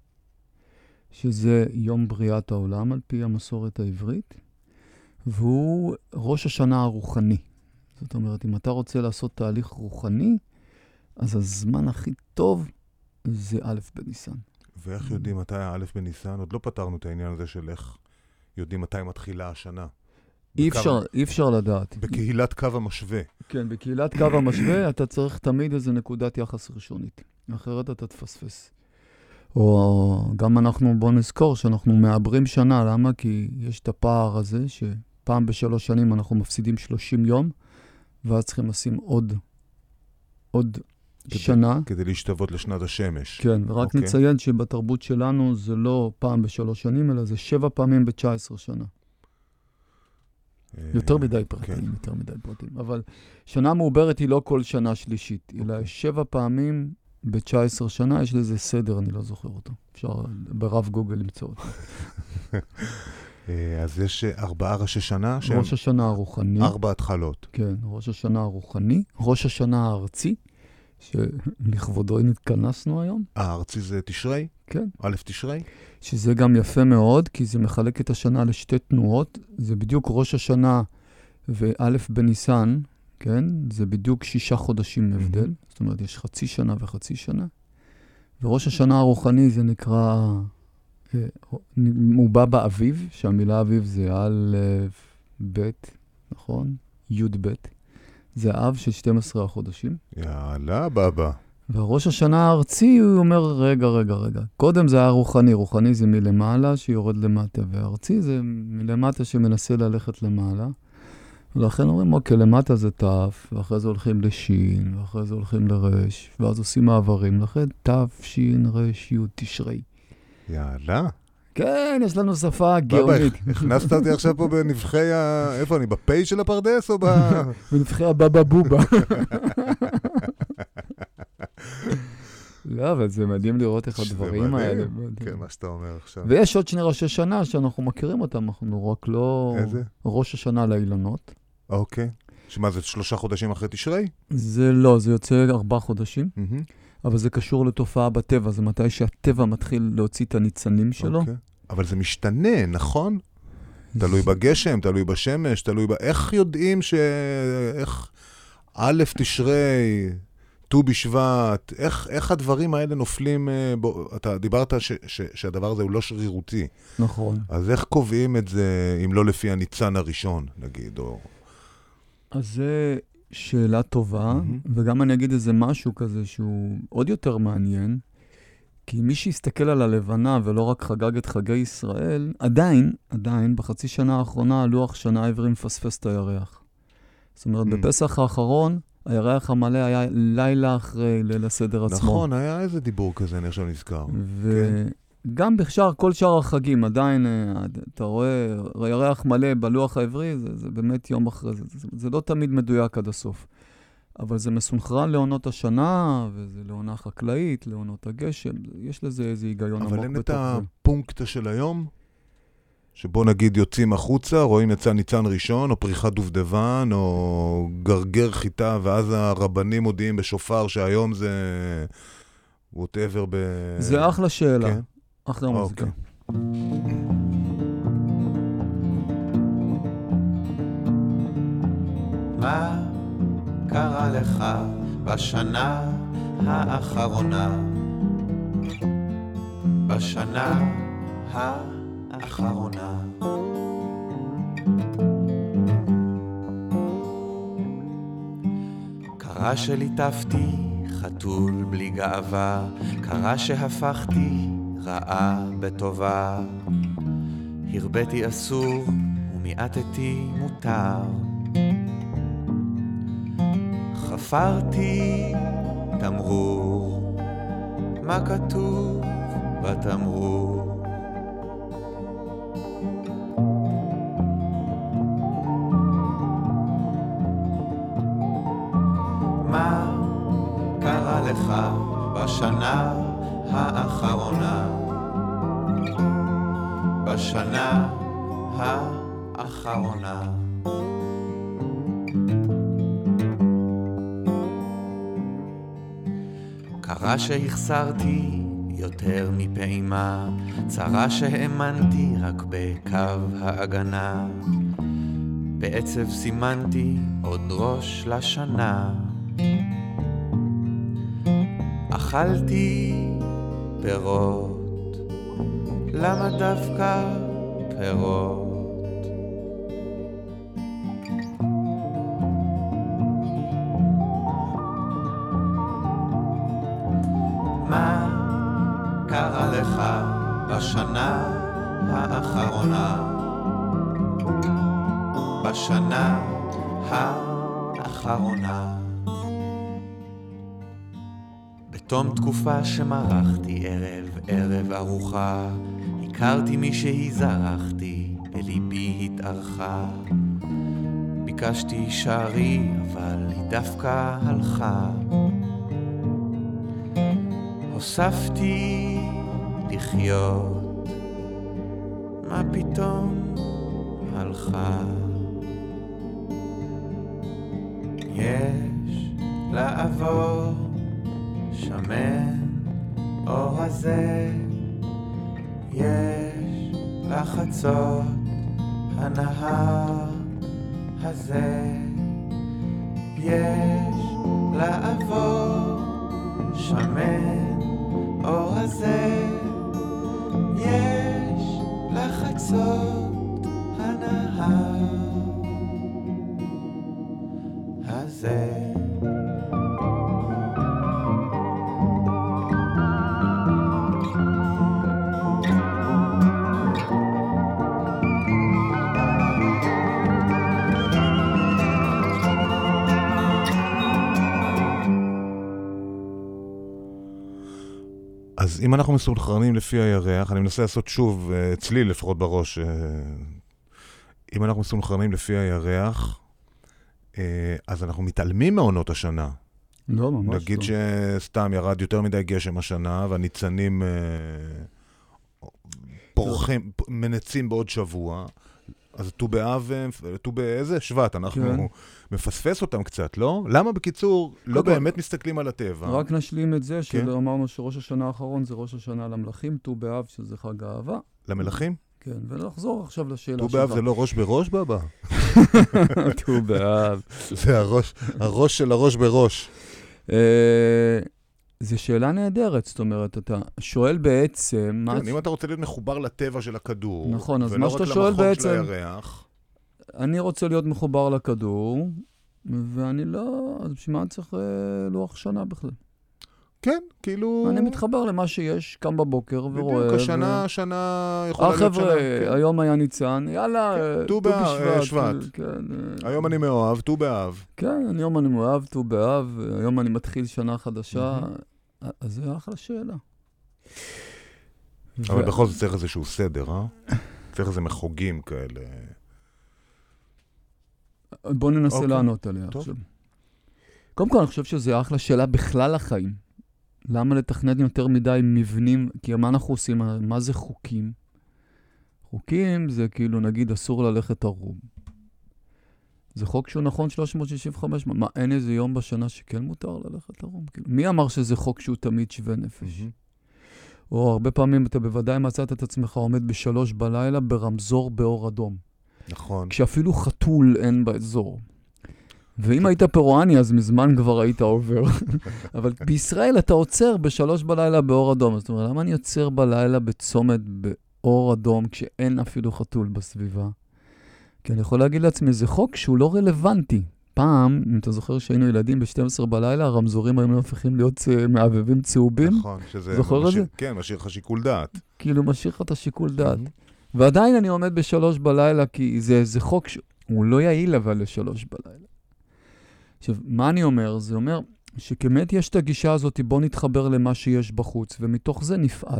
S2: שזה יום בריאת העולם על פי המסורת העברית, והוא ראש השנה הרוחני. זאת אומרת, אם אתה רוצה לעשות תהליך רוחני, אז הזמן הכי טוב זה א' בניסן.
S3: ואיך יודעים מתי האלף בניסן? עוד לא פתרנו את העניין הזה של איך יודעים מתי מתחילה השנה.
S2: אי
S3: בקו-
S2: אפשר, אי אפשר לדעת.
S3: בקהילת קו המשווה.
S2: כן, בקהילת קו המשווה אתה צריך תמיד איזו נקודת יחס ראשונית. אחרת אתה תפספס. או גם אנחנו, בוא נזכור שאנחנו מעברים שנה. למה? כי יש את הפער הזה שפעם בשלוש שנים אנחנו מפסידים שלושים יום, ואז צריכים לשים עוד, עוד
S3: כדי-
S2: שנה.
S3: כדי להשתוות לשנת השמש.
S2: כן, ורק
S3: אוקיי.
S2: נציין שבתרבות שלנו זה לא פעם בשלוש שנים, אלא זה שבע פעמים ב-תשע עשרה שנה.
S3: אה,
S2: יותר מדי פרטים,
S3: כן.
S2: יותר מדי פרטים. אבל שנה מעוברת היא לא כל שנה שלישית, אלא
S3: אוקיי.
S2: שבע פעמים ב-תשע עשרה שנה, יש לזה סדר, אני לא זוכר אותו. אפשר ברב גוגל למצוא אותו.
S3: אה, אז יש אה, ארבעה ראשי שנה שהם
S2: ראש השנה הרוחני,
S3: ארבע התחלות.
S2: כן, ראש השנה הרוחני, ראש השנה הארצי, שלכבודו נתכנסנו היום.
S3: הארצי זה תשרי?
S2: כן.
S3: א' תשרי?
S2: שזה גם יפה מאוד, כי זה מחלק את השנה לשתי תנועות. זה בדיוק ראש השנה ואלף בניסן, כן? זה בדיוק שישה חודשים הבדל. Mm-hmm. זאת אומרת, יש חצי שנה וחצי שנה. וראש השנה הרוחני זה נקרא, הוא בא באביב, שהמילה אביב זה א' ב', נכון? י' ב'. זה האב של שנים עשר החודשים.
S3: יאללה, בבא.
S2: והראש השנה הארצי, הוא אומר, רגע, רגע, רגע. קודם זה היה רוחני. רוחני זה מלמעלה שיורד למטה, והארצי זה מלמטה שמנסה ללכת למעלה. ולכן אומרים, אוקיי, למטה זה תף, ואחרי זה הולכים לשין, ואחרי זה הולכים לרש, ואז עושים מעברים. לכן תף, שין, רש, י' תשרי.
S3: יאללה.
S2: כן, יש לנו שפה גאונית.
S3: בבא, הכנסת אותי עכשיו פה בנבחי ה... איפה אני? בפי של הפרדס או ב...
S2: בנבחי הבבא בובה. לא, אבל זה מדהים לראות איך הדברים האלה.
S3: כן, מה שאתה אומר עכשיו.
S2: ויש עוד שני ראשי שנה שאנחנו מכירים אותם, אנחנו רק לא...
S3: איזה?
S2: ראש השנה לאילנות.
S3: אוקיי. שמה, זה שלושה חודשים אחרי תשרי?
S2: זה לא, זה יוצא ארבעה חודשים, אבל זה קשור לתופעה בטבע, זה מתי שהטבע מתחיל להוציא את הניצנים שלו.
S3: אוקיי. אבל זה משתנה, נכון? תלוי בגשם, תלוי בשמש, תלוי ב... איך יודעים ש... איך... א' תשרי... ט"ו בשבט, איך, איך הדברים האלה נופלים, בו, אתה דיברת ש, ש, שהדבר הזה הוא לא שרירותי.
S2: נכון.
S3: אז איך קובעים את זה, אם לא לפי הניצן הראשון, נגיד, או...
S2: אז זה שאלה טובה, mm-hmm. וגם אני אגיד איזה משהו כזה שהוא עוד יותר מעניין, כי מי שיסתכל על הלבנה ולא רק חגג את חגי ישראל, עדיין, עדיין, בחצי שנה האחרונה, הלוח שנה העברי מפספס את הירח. זאת אומרת, mm-hmm. בפסח האחרון, הירח המלא היה לילה אחרי ליל הסדר עצמו.
S3: נכון, היה איזה דיבור כזה, אני עכשיו נזכר.
S2: וגם בשאר, כל שאר החגים, עדיין, אתה רואה, ירח מלא בלוח העברי, זה, זה באמת יום אחרי זה. זה. זה לא תמיד מדויק עד הסוף. אבל זה מסונכרן לעונות השנה, וזה לעונה חקלאית, לעונות הגשם. יש לזה איזה היגיון עמוק בתוך זה.
S3: אבל אין את הפונקטה של היום? שבו נגיד יוצאים החוצה, רואים יצא ניצן ראשון, או פריחת דובדבן, או גרגר חיטה, ואז הרבנים מודיעים בשופר שהיום זה whatever ב...
S2: זה אחלה שאלה.
S3: כן?
S2: אחלה מוזיקה.
S6: מה קרה לך בשנה האחרונה? בשנה האחרונה. אחרונה. קרה שליטפתי חתול בלי גאווה, קרה שהפכתי רעה בטובה, הרבתי אסור ומיעטתי מותר, חפרתי תמרור, מה כתוב בתמרור? מה קרה לך בשנה האחרונה? בשנה האחרונה. קרה שהחסרתי יותר מפעימה, צרה שהאמנתי רק בקו ההגנה, בעצב סימנתי עוד ראש לשנה, אכלתי פירות, למה דווקא פירות? מה קרה לך בשנה האחרונה? בשנה האחרונה. בתום תקופה שמרחתי ערב ערב ארוחה, הכרתי מי שהיא זרחתי, בליבי התארחה, ביקשתי שערי אבל היא דווקא הלכה, הוספתי לחיות, מה פתאום הלכה. יש לעבור שמן אור הזה יש לחצות הנהר הזה יש לעבור שמן אור הזה יש לחצות הנהר הזה
S3: אז אם אנחנו מסונכרנים לפי הירח, אני מנסה לעשות שוב, אצלי לפחות בראש, אם אנחנו מסונכרנים לפי הירח, אז אנחנו מתעלמים מעונות השנה.
S2: לא, ממש
S3: נגיד
S2: לא.
S3: שסתם ירד יותר מדי גשם השנה, והניצנים פורחים, מנצים בעוד שבוע, אז ט"ו באב, ט"ו באיזה? שבט, אנחנו
S2: כן.
S3: מפספס אותם קצת, לא? למה בקיצור לא
S2: קודם-
S3: באמת מסתכלים על הטבע?
S2: רק נשלים את זה,
S3: כן.
S2: שאמרנו שראש השנה האחרון זה ראש השנה למלכים, ט"ו באב, שזה חג האהבה.
S3: למלכים?
S2: כן, ונחזור עכשיו לשאלה
S3: ט"ו
S2: שלך.
S3: באב זה לא ראש בראש, בבא?
S2: ט"ו באב.
S3: זה הראש, הראש של הראש בראש.
S2: אה, זו שאלה נהדרת, זאת אומרת, אתה שואל בעצם... מה-
S3: כן, אם אתה רוצה להיות מחובר לטבע של הכדור,
S2: נכון, אז
S3: ולא
S2: מה
S3: רק
S2: שאתה שואל
S3: למכון
S2: בעצם-
S3: של הירח,
S2: אני רוצה להיות מחובר לכדור, ואני לא... אז בשביל מה אני צריך אה, לוח שנה בכלל?
S3: כן, כאילו...
S2: אני מתחבר למה שיש, קם בבוקר ורואה...
S3: בדיוק, השנה,
S2: ו-
S3: השנה יכולה
S2: אה,
S3: להיות שנה.
S2: חבר'ה,
S3: כן.
S2: היום היה ניצן, יאללה, אה,
S3: ט"ו באב, אה, שבט.
S2: כן, אה,
S3: היום אני מאוהב, ט"ו באב.
S2: כן, היום אני מאוהב, ט"ו באב, היום אני מתחיל שנה חדשה,
S3: מהמם.
S2: אז זה אחלה שאלה.
S3: אבל
S2: ו-
S3: בכל זאת צריך איזשהו סדר, אה? צריך איזה מחוגים כאלה.
S2: בוא ננסה
S3: אוקיי,
S2: לענות עליה
S3: טוב.
S2: עכשיו. קודם כל, אני חושב שזה אחלה שאלה בכלל החיים. למה לתכנן יותר מדי מבנים? כי מה אנחנו עושים? מה זה חוקים? חוקים זה כאילו, נגיד, אסור ללכת ערום. זה חוק שהוא נכון שלוש מאות שישים וחמש. מה, אין איזה יום בשנה שכן מותר ללכת ערום? כאילו, מי אמר שזה חוק שהוא תמיד שווה נפש? או הרבה פעמים אתה בוודאי מצאת את עצמך עומד בשלוש בלילה ברמזור באור אדום.
S3: נכון.
S2: כשאפילו חתול אין באזור. ואם היית פירואני, אז מזמן כבר היית עובר. אבל בישראל אתה עוצר בשלוש בלילה באור אדום. זאת אומרת, למה אני עוצר בלילה בצומת באור אדום כשאין אפילו חתול בסביבה? כי אני יכול להגיד לעצמי, זה חוק שהוא לא רלוונטי. פעם, אם אתה זוכר שהיינו ילדים ב-שתים עשרה בלילה, הרמזורים היום הופכים להיות uh, מעבבים צהובים.
S3: נכון, שזה...
S2: זוכר את
S3: משאיר-
S2: זה?
S3: כן, משאיר לך שיקול דעת.
S2: כאילו משאיר לך את השיקול דעת. ועדיין אני עומד בשלוש בלילה, כי זה, זה חוק שהוא לא יעיל אבל לשלוש בלילה. עכשיו, מה אני אומר? זה אומר שכמת יש את הגישה הזאת, בוא נתחבר למה שיש בחוץ, ומתוך זה נפעל.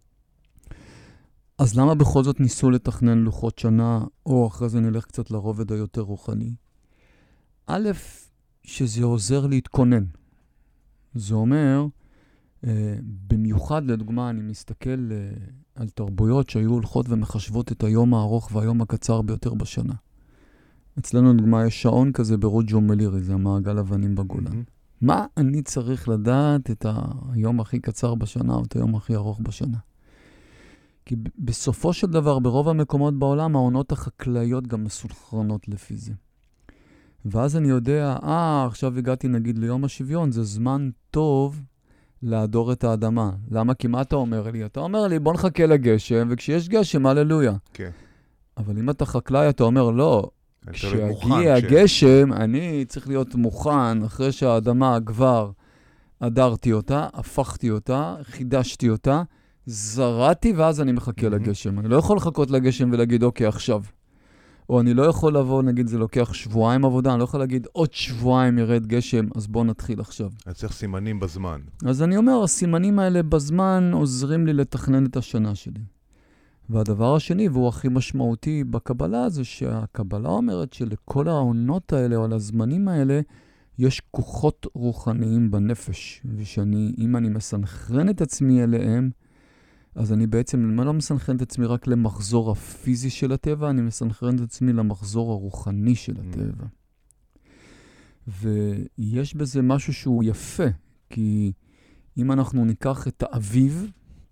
S2: אז למה בכל זאת ניסו לתכנן לוחות שנה, או אחרי זה נלך קצת לרובד היותר רוחני? א', שזה עוזר להתכונן. זה אומר, Uh, במיוחד, לדוגמה, אני מסתכל uh, על תרבויות שהיו הולכות ומחשבות את היום הארוך והיום הקצר ביותר בשנה. אצלנו, לדוגמה, יש שעון כזה ברוג'ו מלירי, זה המעגל אבנים בגולן. מה אני צריך לדעת את היום הכי קצר בשנה או את היום הכי ארוך בשנה? כי ב- בסופו של דבר, ברוב המקומות בעולם, העונות החקלאיות גם מסונכרנות לפי זה. ואז אני יודע, אה, עכשיו הגעתי נגיד ליום השוויון, זה זמן טוב להדור את האדמה. למה? כי מה אתה אומר לי? אתה אומר לי, בוא נחכה לגשם, וכשיש גשם, הללויה.
S3: כן.
S2: אבל אם אתה חקלאי, אתה אומר, לא,
S3: אני צריך להיות מוכן,
S2: כשיגיע
S3: ש-
S2: הגשם, אני צריך להיות מוכן, אחרי שהאדמה כבר אדרתי אותה, הפכתי אותה, חידשתי אותה, זרעתי, ואז אני מחכה לגשם. אני לא יכול לחכות לגשם ולהגיד, אוקיי, עכשיו. או אני לא יכול לבוא, נגיד, זה לוקח שבועיים עבודה, אני לא יכול להגיד, עוד שבועיים ירד גשם, אז בוא נתחיל עכשיו.
S3: אני צריך סימנים בזמן.
S2: אז אני אומר, הסימנים האלה בזמן עוזרים לי לתכנן את השנה שלי. והדבר השני, והוא הכי משמעותי בקבלה, זה שהקבלה אומרת שלכל העונות האלה, או על הזמנים האלה, יש כוחות רוחניים בנפש. ושאני, אם אני מסנכרן את עצמי אליהם, אז אני בעצם לא מסנכרן את עצמי רק למחזור הפיזי של הטבע, אני מסנכרן את עצמי למחזור הרוחני של הטבע. ויש בזה משהו שהוא יפה, כי אם אנחנו ניקח את האביב,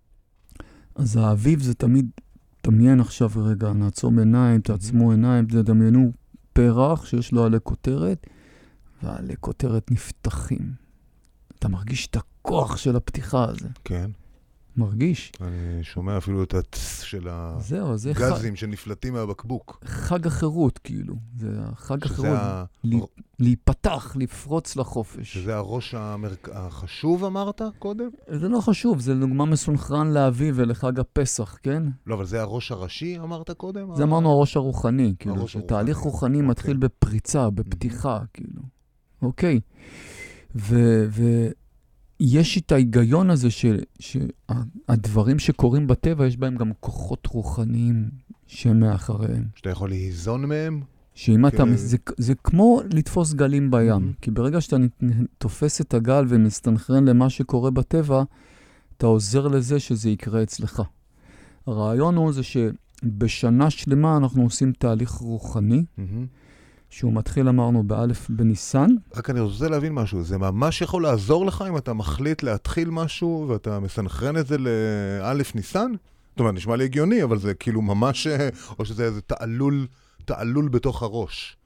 S2: אז האביב זה תמיד, תמיין עכשיו רגע, נעצום עיניים, תעצמו עיניים, תדמיינו פרח שיש לו עלי כותרת, ועלי כותרת נפתחים. אתה מרגיש את הכוח של הפתיחה הזה.
S3: כן.
S2: מרגיש?
S3: אני שומע אפילו את הצ של
S2: זהו, זה
S3: הגזים שנפלטים מהבקבוק.
S2: חג החירות, כאילו. זה החג
S3: שזה
S2: החירות.
S3: ה-
S2: לי- להיפתח, לפרוץ לחופש.
S3: שזה הראש המרק... החשוב, אמרת קודם?
S2: זה לא חשוב, זה דוגמה מסונכרן לאביב ולחג הפסח, כן?
S3: לא, אבל זה הראש הראשי, אמרת קודם?
S2: זה אמרנו הראש הרוחני, כאילו,
S3: הראש
S2: שתהליך
S3: הרוחני.
S2: רוחני
S3: אוקיי.
S2: מתחיל בפריצה, בפתיחה, כאילו. אוקיי. ו- ויש את ההיגיון הזה שהדברים שקורים בטבע, יש בהם גם כוחות רוחניים שהם מאחריהם.
S3: שאתה יכול להיזון מהם?
S2: שאם אתה,
S3: כן.
S2: זה, זה כמו לתפוס גלים בים,
S3: Mhm.
S2: כי ברגע שאתה נ- תופס את הגל ומסתנכרן למה שקורה בטבע, אתה עוזר לזה שזה יקרה אצלך. הרעיון הוא זה שבשנה שלמה אנחנו עושים תהליך רוחני,
S3: מהמם.
S2: שהוא מתחיל, אמרנו, באלף בניסן.
S3: רק אני רוצה להבין משהו, זה ממש יכול לעזור לך אם אתה מחליט להתחיל משהו ואתה מסנכרן את זה לאלף ניסן? זאת אומרת, נשמע לי הגיוני, אבל זה כאילו ממש, או שזה איזה תעלול, תעלול בתוך הראש.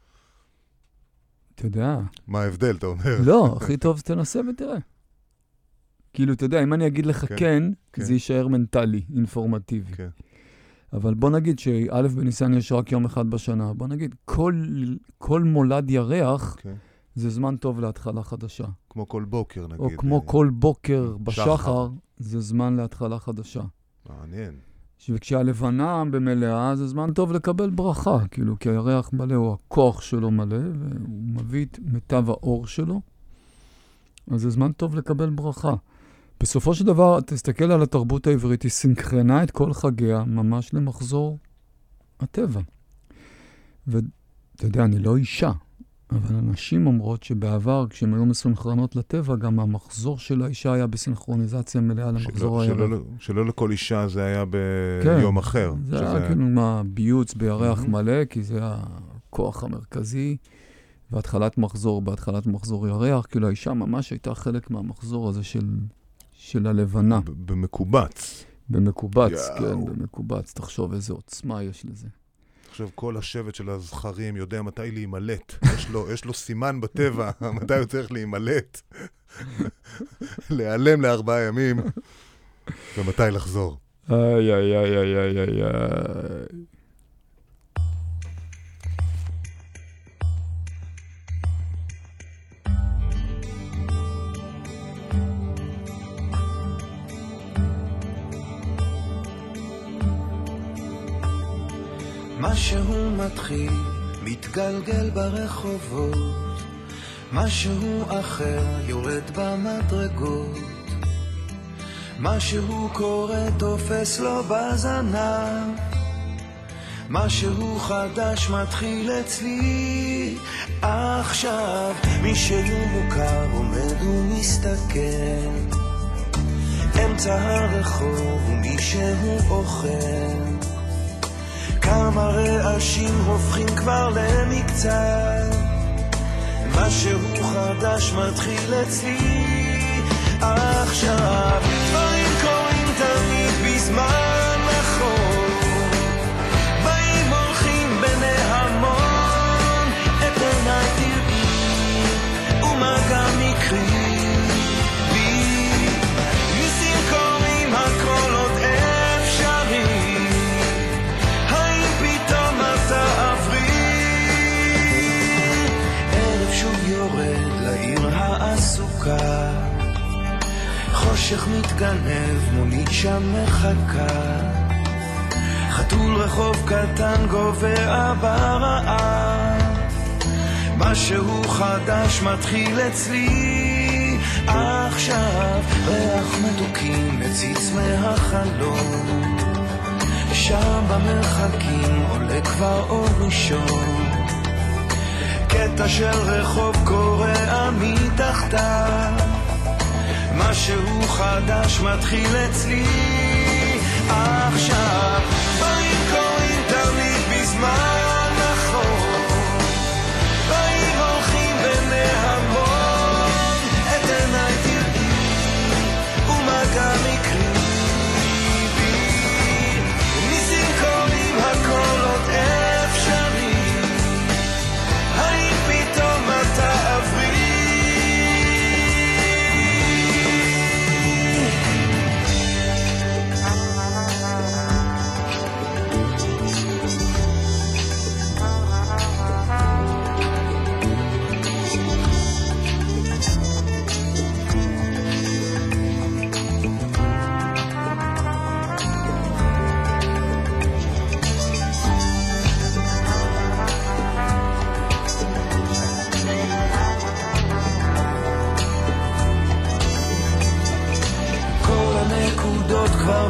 S2: אתה יודע,
S3: מה ההבדל, אתה אומר?
S2: לא, הכי טוב תנסה ותראה. כאילו, אתה יודע, אם אני אגיד לך
S3: כן,
S2: כן,
S3: כן.
S2: זה יישאר מנטלי, אינפורמטיבי.
S3: כן.
S2: אבל בוא נגיד שא' בניסן יש רק יום אחד בשנה. בוא נגיד, כל, כל מולד ירח
S3: כן.
S2: זה זמן טוב להתחלה חדשה.
S3: כמו כל בוקר, נגיד.
S2: או כמו כל בוקר בשחר,
S3: שחר.
S2: זה זמן להתחלה חדשה.
S3: מעניין.
S2: וכשהלבנה במלאה, זה זמן טוב לקבל ברכה, כאילו, כי הירח מלא הוא הכוח שלו מלא, והוא מביא את מיטב האור שלו, אז זה זמן טוב לקבל ברכה. בסופו של דבר, תסתכל על התרבות העברית, היא סינכרנה את כל חגיה, ממש למחזור הטבע. ואתה יודע, אני לא אישה, אבל אנשים אומרות שבעבר, כשהם היו מסונכרנות לטבע, גם המחזור של האישה היה בסינכרוניזציה מלאה למחזור
S3: שלא,
S2: הירח.
S3: שלא, שלא לכל אישה זה היה
S2: כן.
S3: ביום אחר.
S2: זה
S3: שזה-
S2: היה כאילו מה, ביוץ בירח
S3: Mhm.
S2: מלא, כי זה הכוח המרכזי, והתחלת מחזור, בהתחלת מחזור ירח, כאילו האישה ממש הייתה חלק מהמחזור הזה של, של הלבנה,
S3: ב- במקובץ.
S2: במקובץ,
S3: יאו.
S2: כן, במקובץ, תחשוב איזה עוצמה יש לזה.
S3: עכשיו כל השבט של הזכרים יודע מתי להימלט. יש לו, יש לו סימן בטבע, מתי הוא צריך להימלט. להיעלם לארבעה ימים, ומתי לחזור.
S2: איי, איי, איי, איי, איי, איי, איי.
S6: משהו מתחיל, מתגלגל ברחובות, משהו אחר יורד במדרגות, משהו קורה תופס לו בזנב, משהו חדש מתחיל אצלי עכשיו. מישהו מוכר עומד ומסתכל אמצע הרחוב ומישהו אוכל, כמה רעשים הופכים כבר למקצת, משהו חדש מתחיל אצלי עכשיו. דברים קורים תמיד בזמן נכון, באים הולכים בני המון, את עיניי תראי ומגע מקרי בי, ניסים קורים הכל עוד אפשרי, האם פתאום אתה עברי? ערב שוב יורד לעיר העסוקה, חושך מתגנב, מונית שם מחכה, חתול רחוב קטן גובע ברעב, משהו חדש מתחיל אצלי עכשיו. ריח מתוקים מציץ מהחלום, שם במרחקים עולה כבר אור ראשון, קטע של רחוב קורע מתחתיו, משהו חדש מתחיל אצלי עכשיו. באים קוראים תמיד בזמן נכון, באים הולכים בני המון, את עיניי תראי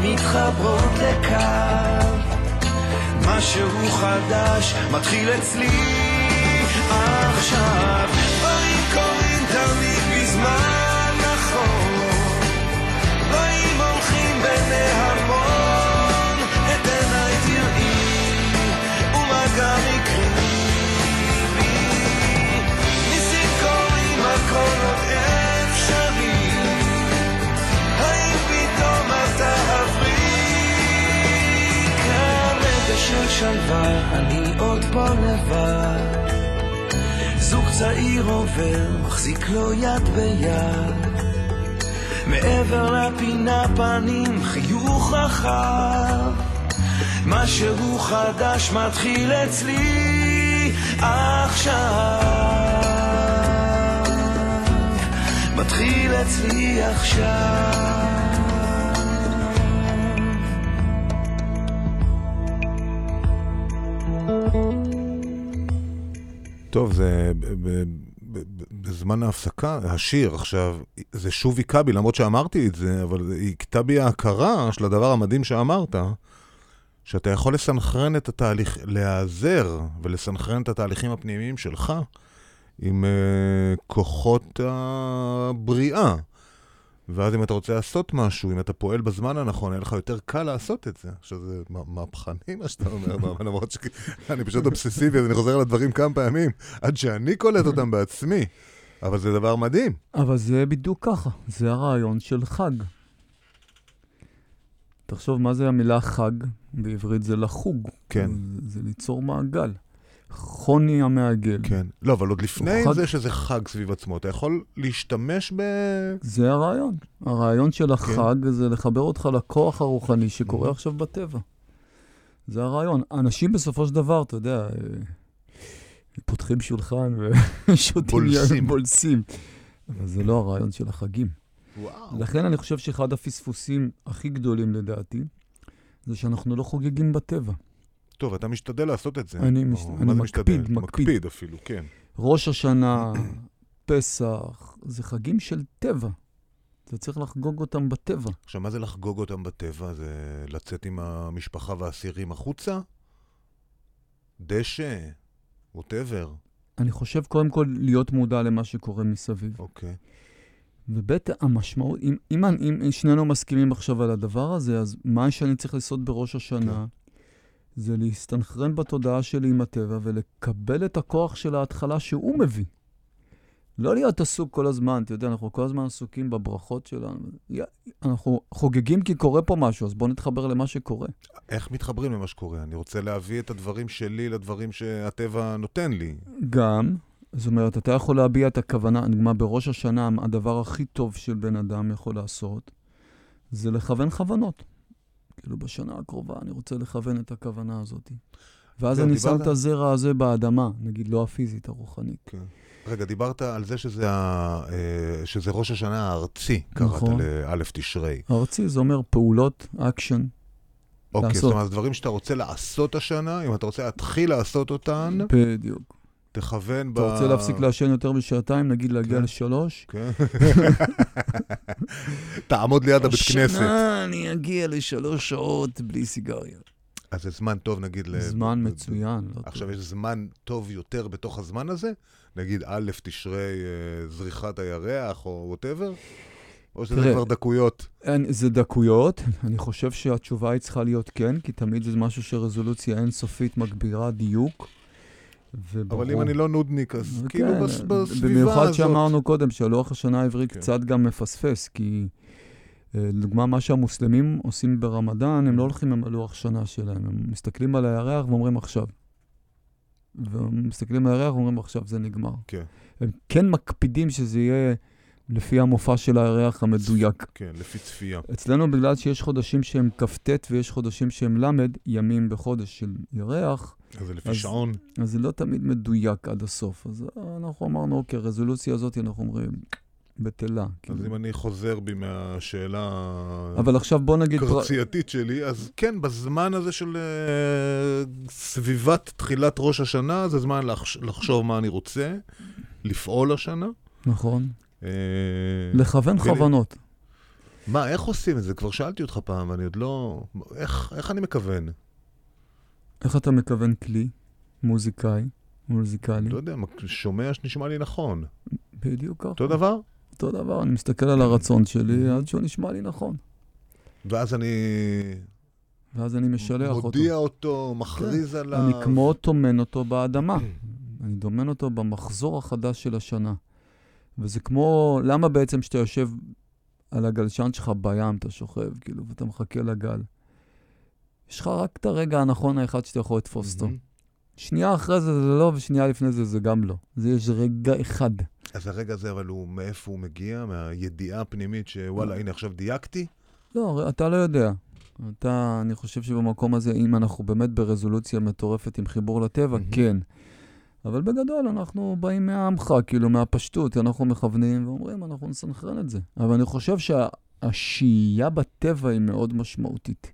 S6: מתחברות לקו. משהו חדש מתחיל אצלי עכשיו. דברים קורים תמיד בזמן נכון, דברים הולכים בנהמון, את עיניי תראי ומה גם יקרה לי. ניסים קורים הכל עוד אפשרי, האם פתאום אתה עברי? כרגע של שלווה אני עוד פה לבד, זוג צעיר עובר, מחזיק לו יד ביד, מעבר לפינה פנים חיוך רחב. משהו חדש מתחיל אצלי עכשיו, מתחיל אצלי עכשיו.
S3: טוב, זה בזמן ההפסקה, השיר עכשיו, זה שוב היכה בי, למרות שאמרתי את זה, אבל היכתה בי ההכרה של הדבר המדהים שאמרת, שאתה יכול לסנכרן את התהליך, להיעזר ולסנכרן את התהליכים הפנימיים שלך עם uh, כוחות הבריאה. ואז אם אתה רוצה לעשות משהו, אם אתה פועל בזמן הנכון, יהיה לך יותר קל לעשות את זה. עכשיו זה מהפכני מה שאתה אומר, למרות שאני פשוט אובססיבי, אז אני חוזר על הדברים כמה פעמים, עד שאני קולט אותם בעצמי. אבל זה דבר מדהים.
S2: אבל זה בדיוק ככה, זה הרעיון של חג. תחשוב מה זה המילה חג, בעברית זה לחוג.
S3: כן.
S2: זה, זה ליצור מעגל. חוני המעגל.
S3: כן. לא, אבל עוד לפני
S2: חג...
S3: זה שזה חג סביב עצמו, אתה יכול להשתמש ב...
S2: זה הרעיון. הרעיון של החג כן. זה לחבר אותך לכוח הרוחני שקורה mm-hmm. עכשיו בטבע. זה הרעיון. אנשים בסופו של דבר, אתה יודע, פותחים שולחן ושותים בולסים. בולסים. אבל זה לא הרעיון של החגים. וואו. לכן אני חושב שאחד הפספוסים הכי גדולים לדעתי, זה שאנחנו לא חוגגים בטבע.
S3: טוב, אתה משתדל לעשות את זה.
S2: אני, מש...
S3: או,
S2: אני מקפיד,
S3: מקפיד. מקפיד אפילו, כן.
S2: ראש השנה, פסח, זה חגים של טבע. אתה צריך לחגוג אותם בטבע.
S3: עכשיו, מה זה לחגוג אותם בטבע? זה לצאת עם המשפחה והאסירים החוצה? דשא? whatever.
S2: אני חושב קודם כל להיות מודע למה שקורה מסביב.
S3: אוקיי.
S2: ובית המשמעות, אם, אם, אם שנינו מסכימים עכשיו על הדבר הזה, אז מה שאני צריך לעשות בראש השנה, זה להסתנכרן בתודעה שלי עם הטבע, ולקבל את הכוח של ההתחלה שהוא מביא. לא להיות עסוק כל הזמן, אתה יודע, אנחנו כל הזמן עסוקים בברכות שלנו. אנחנו חוגגים כי קורה פה משהו, אז בואו נתחבר למה שקורה. איך
S3: מתחברים למה שקורה? אני רוצה להביא את הדברים שלי לדברים שהטבע נותן לי.
S2: גם, זאת אומרת, אתה יכול להביע את הכוונה, נגמר בראש השנה, הדבר הכי טוב של בן אדם יכול לעשות, זה לכוון כוונות. כאילו בשנה הקרובה אני רוצה לכוון את הכוונה הזאת. ואז אני שם את הזרע הזה באדמה, נגיד לא הפיזית, הרוחנית.
S3: רגע, דיברת על זה שזה ראש השנה הארצי, קראת לאלף תשרי.
S2: הארצי, זה אומר פעולות, אקשן,
S3: אוקיי, זאת אומרת, דברים שאתה רוצה לעשות השנה, אם אתה רוצה להתחיל לעשות אותן,
S2: בדיוק.
S3: תכוון ב...
S2: אתה רוצה להפסיק לעשן יותר בשעתיים, נגיד להגיע לשלוש?
S3: כן. תעמוד ליד הבית כנסת.
S2: השנה אני אגיע לשלוש שעות בלי סיגריה.
S3: אז זה זמן טוב, נגיד...
S2: זמן מצוין.
S3: עכשיו, יש זמן טוב יותר בתוך הזמן הזה? נגיד, א' תשרי זריחת הירח, או whatever? או שזה כבר דקויות?
S2: זה דקויות. אני חושב שהתשובה היא צריכה להיות כן, כי תמיד זה משהו שרזולוציה אינסופית מגבירה דיוק.
S3: אבל אם אני לא נודניק, אז כאילו בסביבה הזאת.
S2: במיוחד שאמרנו קודם, שהלוח השנה העברי קצת גם מפספס, כי לדוגמה, מה שהמוסלמים עושים ברמדאן, הם לא הולכים עם הלוח שנה שלהם, הם מסתכלים על הירח ואומרים עכשיו. ומסתכלים על הירח ואומרים עכשיו, זה נגמר. הם כן מקפידים שזה יהיה לפי המופע של הירח המדויק.
S3: כן, לפי צפייה.
S2: אצלנו בגלל שיש חודשים שהם כ"ט ויש חודשים שהם למד, ימים בחודש של ירח,
S3: אז זה לפי שעון.
S2: אז זה לא תמיד מדויק עד הסוף. אז אנחנו אמרנו, אוקיי, רזולוציה הזאת אנחנו אומרים, בטלה.
S3: אז אם אני חוזר בי מהשאלה
S2: אבל עכשיו בוא נגיד
S3: קרצייתית שלי, אז כן, בזמן הזה של סביבת תחילת ראש השנה, זה זמן לחשוב מה אני רוצה, לפעול השנה.
S2: נכון. לכוון כוונות.
S3: מה, איך עושים את זה? כבר שאלתי אותך פעם, ואני עוד לא... איך, איך אני מכוון?
S2: איך אתה מכוון כלי? מוזיקאי? מוזיקלי?
S3: לא יודע, שומע שנשמע לי נכון.
S2: בדיוק ככה.
S3: אותו דבר?
S2: אותו דבר, אני מסתכל על הרצון שלי עד שהוא נשמע לי נכון.
S3: ואז אני...
S2: ואז אני משלח אותו.
S3: מודיע אותו, מכריז
S2: כן.
S3: עליו.
S2: אני כמו דומן אותו באדמה. אני דומן אותו במחזור החדש של השנה. וזה כמו, למה בעצם שאתה יושב על הגלשן שלך בים, אתה שוכב, כאילו, ואתה מחכה לגל. יש לך רק את הרגע הנכון האחד שאתה יכול לתפוס אותו. שנייה אחרי זה זה לא, ושנייה לפני זה זה גם לא. זה יש רגע אחד.
S3: אז הרגע הזה, אבל הוא, מאיפה הוא מגיע? מהידיעה הפנימית שוואלה, הנה עכשיו דייקתי?
S2: לא, אתה לא יודע. אתה, אני חושב שבמקום הזה, אם אנחנו באמת ברזולוציה מטורפת עם חיבור לטבע, כן. אבל בגדול אנחנו באים מהעמך, כאילו מהפשטות, אנחנו מכוונים ואומרים, אנחנו נסנכרן את זה. אבל אני חושב שהשהייה בטבע היא מאוד משמעותית.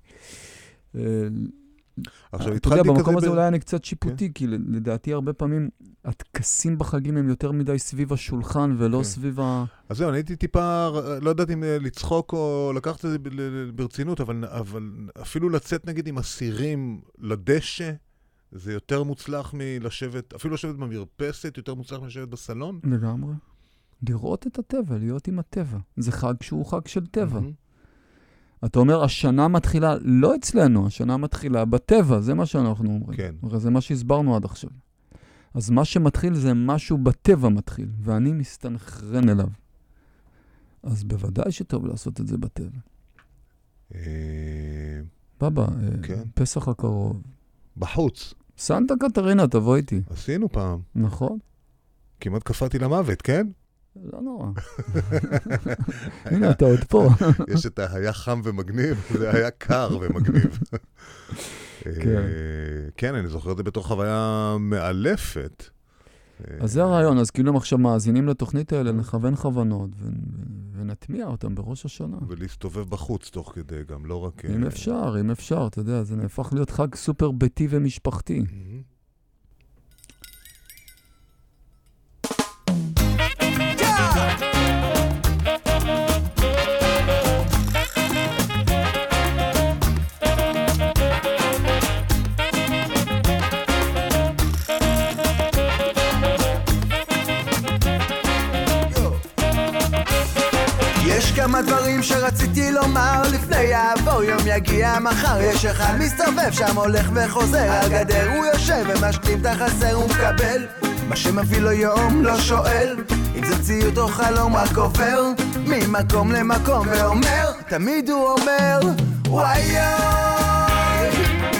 S3: עכשיו,
S2: אתה יודע,
S3: התחלתי
S2: במקום
S3: כזה
S2: הזה
S3: ב-
S2: אולי אני קצת שיפוטי, כי לדעתי הרבה פעמים הטקסים בחגים הם יותר מדי סביב השולחן ולא
S3: כן.
S2: סביב ה...
S3: אז זהו, אני הייתי טיפה, לא יודעת אם לצחוק או לקחת את זה ב- ל- ברצינות, אבל, אבל אפילו לצאת נגיד עם אסירים לדשא, זה יותר מוצלח מלשבת, אפילו לשבת במרפסת, יותר מוצלח מלשבת בסלון.
S2: לגמרי. לראות את הטבע, להיות עם הטבע. זה חג שהוא חג של טבע.
S3: מהמם.
S2: אתה אומר, השנה מתחילה, לא אצלנו, השנה מתחילה בטבע, זה מה שאנחנו אומרים.
S3: כן.
S2: הרי זה מה שהסברנו עד עכשיו. אז מה שמתחיל זה משהו בטבע מתחיל, ואני מסתנכרן אליו. אז בוודאי שטוב לעשות את זה בטבע.
S3: אה,
S2: בבא, אה,
S3: כן.
S2: פסח הקרוב.
S3: בחוץ.
S2: סנטה קטרינה, תבוא איתי.
S3: עשינו פעם.
S2: נכון?
S3: כמעט קפאתי למוות, כן?
S2: לא נורא. הנה, אתה עוד פה.
S3: יש את ה... היה חם ומגניב, זה היה קר ומגניב.
S2: כן.
S3: אה, כן, אני זוכר את זה בתור חוויה מאלפת.
S2: אז זה הרעיון, אז כאילו הם עכשיו מאזינים לתוכנית האלה, נכוון כוונות, ו- ו- ונטמיע אותם בראש השנה.
S3: ולהסתובב בחוץ תוך כדי גם, לא רק...
S2: אם
S3: אה,
S2: אפשר, אם אפשר, אתה יודע, זה נהפך להיות חג סופר ביתי ומשפחתי.
S3: מהמם.
S6: יש כמה דברים שרציתי לומר לפני יעבור יום יגיע מחר. יש אחד מסתובב שם הולך וחוזר על גדר הוא יושב ומשלים את החסר הוא מקבל מה שמביא לו יום לא שואל אם זה ציוט או חלום רק עובר ממקום למקום ואומר תמיד הוא אומר וואי יום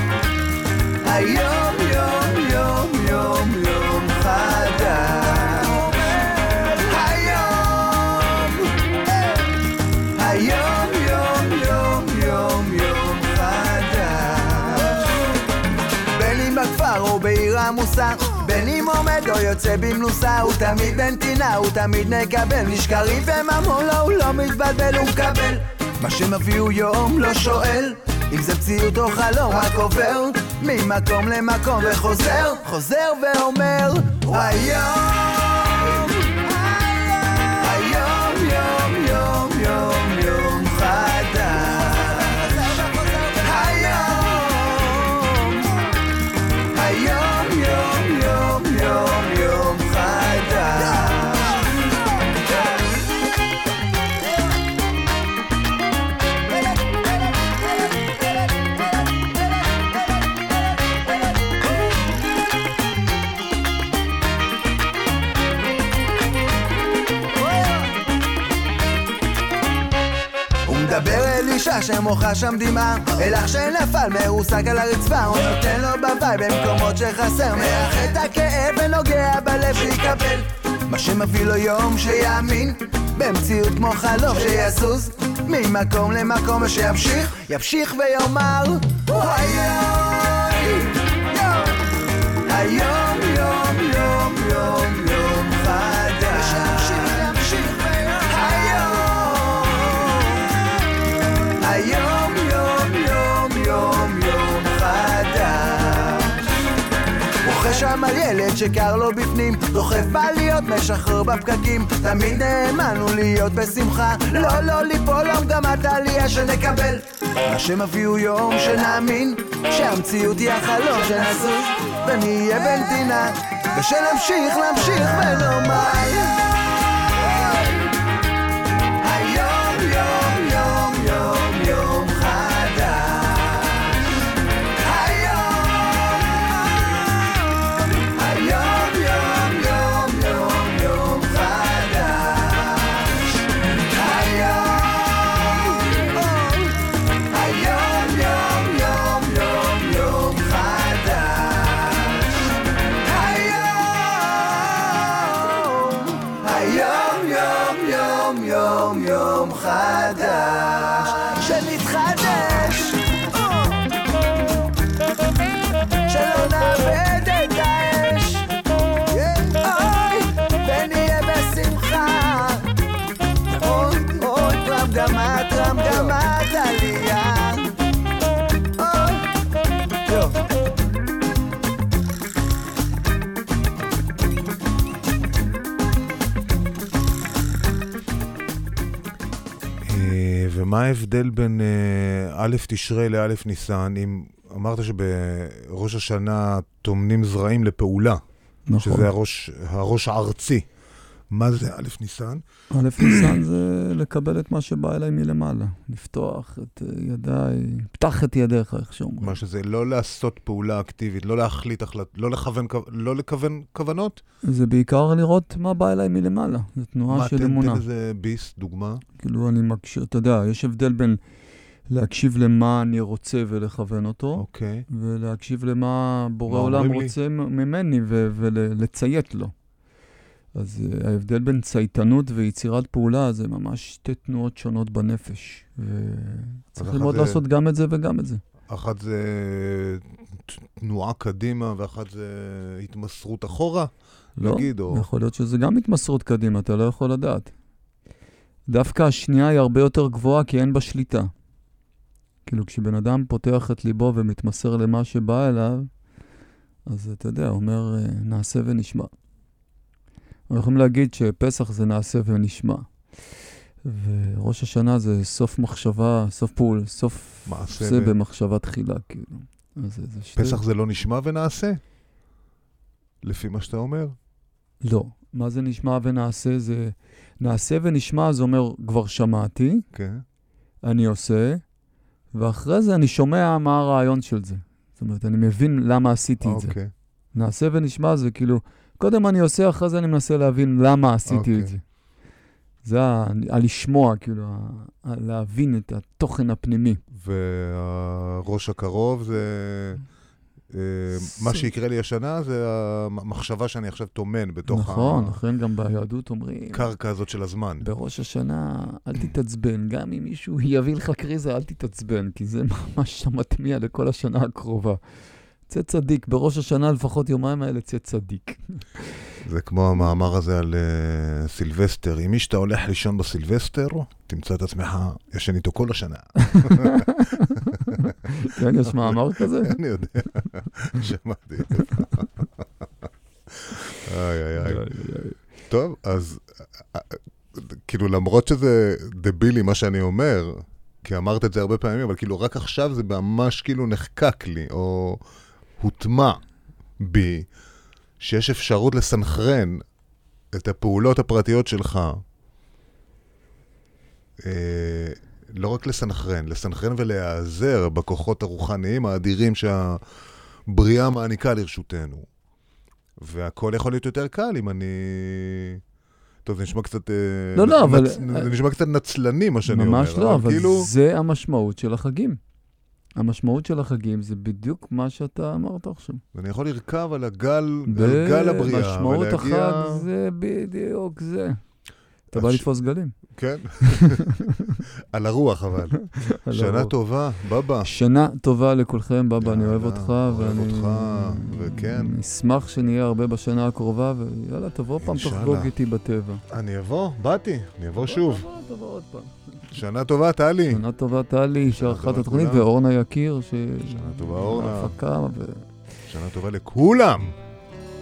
S6: היום יום יום יום יום חדש היום יום יום יום יום חדש בין אם בכפר או בעיר עמוסה בין אם עומד או יוצא במנוסה הוא תמיד בנתינה, הוא תמיד נקבל משקרים וממון לו הוא לא מתבלבל הוא מקבל מה שמביא הוא יום לא שואל אם זה מציאות או חלום רק עובר ממקום למקום וחוזר חוזר ואומר היום היום יום יום יום יום חדש היום היום יום יום יום יום חדש מדבר אל אישה שמוחה שם דמעה אל אח שנפל מרוסק על הרצפה הוא נותן לו בוואי במקומות שחסר מאחד את הכאב ונוגע בלב שיקבל מה שמביא לו יום שיאמין במציאות כמו חלום שיסוס ממקום למקום ושימשיך ימשיך ויאמר היום היום יום יום יום יום חדש היום יום יום יום יום חדש וחש גם על ילד שקר לו בפנים, דוחף בעליות, משחרר בפקקים, תמיד האמנו להיות בשמחה, לא לא ליפול למגמת העלייה שנקבל מה שמביאו יום שנאמין שהמציאות היא החלום שנזוז ונהיה במדינה ושנמשיך להמשיך ולומר היום יום יום יום יום חדש היום היום יום יום יום יום חדש היום היום יום יום יום יום חדש היום היום יום יום יום יום חדש שנתחדש שלא נאבד את האש אוי ונהיה בשמחה אוי אוי רמגמת רמגמת עלייה אוי יו
S3: ומה ההבדל בין א' תשרי לא' ניסן, אם אמרת שבראש השנה תומנים זרעים לפעולה,
S2: נכון.
S3: שזה הראש, הראש הארצי. מה זה א' ניסן?
S2: א' ניסן זה לקבל את מה שבא אליי מלמעלה. לפתוח את ידיי, פתח את ידיך, איך שאומרים.
S3: מה שזה לא לעשות פעולה אקטיבית, לא להחליט החלט, לא לכוון, לא לכוון כוונות?
S2: זה בעיקר לראות מה בא אליי מלמעלה. זו תנועה של אמונה.
S3: מה, תן איזה ביס, דוגמה?
S2: כאילו אני מקשיר, אתה יודע, יש הבדל בין להקשיב למה אני רוצה ולכוון אותו,
S3: אוקיי.
S2: ולהקשיב למה בורא
S3: מה
S2: עולם
S3: אומרים לי?
S2: רוצה ממני ו- ולציית לו. אז uh, ההבדל בין צייתנות ויצירת פעולה זה ממש שתי תנועות שונות בנפש. וצריך
S3: אז
S2: ללמוד
S3: אחת זה-
S2: לעשות גם את זה וגם את זה.
S3: אחת זה תנועה קדימה, ואחת זה התמסרות אחורה,
S2: לא,
S3: נגיד, או...
S2: יכול להיות שזה גם התמסרות קדימה, אתה לא יכול לדעת. דווקא השנייה היא הרבה יותר גבוהה כי אין בה שליטה. כאילו כשבן אדם פותח את ליבו ומתמסר למה שבא אליו, אז אתה יודע, הוא אומר אה, נעשה ונשמע. אנחנו יכולים להגיד שפסח זה נעשה ונשמע. וראש השנה זה סוף מחשבה, סוף פעול, סוף
S3: מעשה
S2: זה
S3: ו-
S2: במחשבה תחילה, כאילו. אז זה, זה שתי...
S3: פסח זה לא נשמע ונעשה? לפי מה שאתה אומר?
S2: לא. מה זה נשמע ונעשה? זה... נעשה ונשמע, זה אומר, כבר שמעתי,
S3: כן.
S2: אני עושה, ואחרי זה אני שומע מה הרעיון של זה. זאת אומרת, אני מבין למה עשיתי את זה.
S3: אוקיי.
S2: נעשה ונשמע זה כאילו, קודם אני עושה, אחרי זה אני מנסה להבין למה עשיתי
S3: אוקיי.
S2: את זה. זה ה- הלשמוע, כאילו, ה- ה- להבין את התוכן הפנימי.
S3: והראש הקרוב זה... אה, מה שיקרה לי השנה זה המחשבה שאני עכשיו תומן בתוך
S2: נכון, לכן גם ביהדות אומרים,
S3: הקרקע הזאת של הזמן.
S2: בראש השנה אל תתעצבן, גם אם מישהו יביא לך קריזה, אל תתעצבן, כי זה ממש מטמיע לכל השנה הקרובה. צא צדיק, בראש השנה לפחות יומיים האלה צא צדיק.
S3: זה כמו המאמר הזה על uh, סילבסטר. אם מי שאתה הולך לישון בסילבסטר, תמצא את עצמך ישן איתו כל השנה.
S2: כן, יש מאמר כזה?
S3: אני יודע, שמעתי. איי, איי, איי. טוב, אז כאילו למרות שזה דבילי מה שאני אומר, כי אמרת את זה הרבה פעמים, אבל כאילו רק עכשיו זה ממש כאילו נחקק לי, או הוטמע בי, שיש אפשרות לסנכרן את הפעולות הפרטיות שלך, אה, לא רק לסנכרן, לסנכרן ולהיעזר בכוחות הרוחניים האדירים שהבריאה מעניקה לרשותנו. והכל יכול להיות יותר קל אם אני... טוב, זה נשמע קצת...
S2: לא, לא, אבל...
S3: זה נשמע קצת נצלני, מה שאני אומר.
S2: ממש לא, אבל
S3: כאילו...
S2: זה המשמעות של החגים. המשמעות של החגים זה בדיוק מה שאתה אמרת עכשיו.
S3: ואני יכול לרכב על הגל, על גל הבריאה,
S2: משמעות
S3: ולהגיע...
S2: החג זה בדיוק זה. אתה בא
S3: הש-
S2: לתפוס גלים.
S3: כן. על הרוח, אבל.
S2: על
S3: שנה
S2: הרוח.
S3: טובה, בבא.
S2: שנה טובה לכולכם, בבא, אני אוהב
S3: יאללה,
S2: אותך,
S3: אוהב
S2: ואני
S3: אותך, וכן.
S2: אשמח שנהיה הרבה בשנה הקרובה, ויאללה, תבוא פעם
S3: אינשאללה.
S2: תחגוג איתי בטבע.
S3: אני אבוא, באתי, אני אבוא שוב.
S2: תבוא, תבוא עוד פעם.
S3: שנה טובה, טלי.
S2: שנה טובה, טלי, שערכת
S3: טובה
S2: התוכנית,
S3: לכולם.
S2: ואורנה יקיר, ש...
S3: שנה טובה, אורנה.
S2: ההפקה, ו...
S3: שנה טובה לכולם.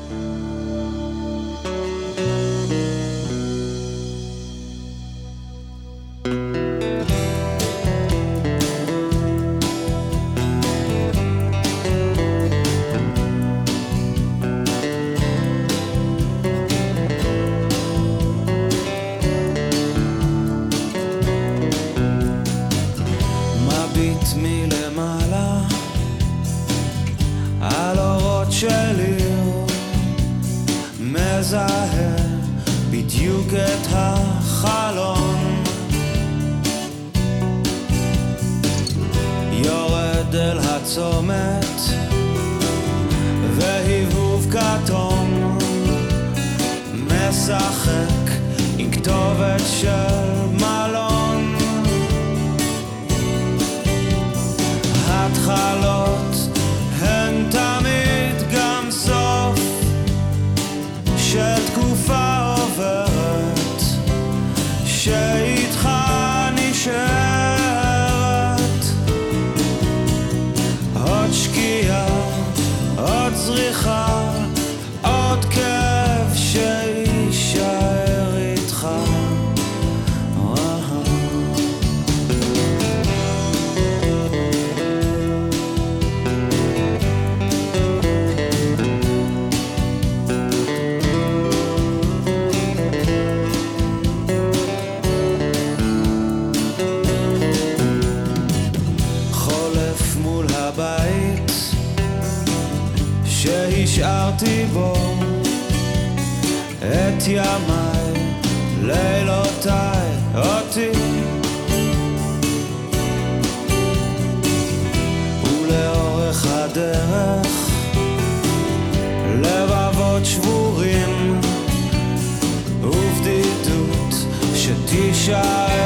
S7: שהשארתי בו את ימיי, לילותיי, אותי ולאורך הדרך לבבות שבורים ובדידות שתישאר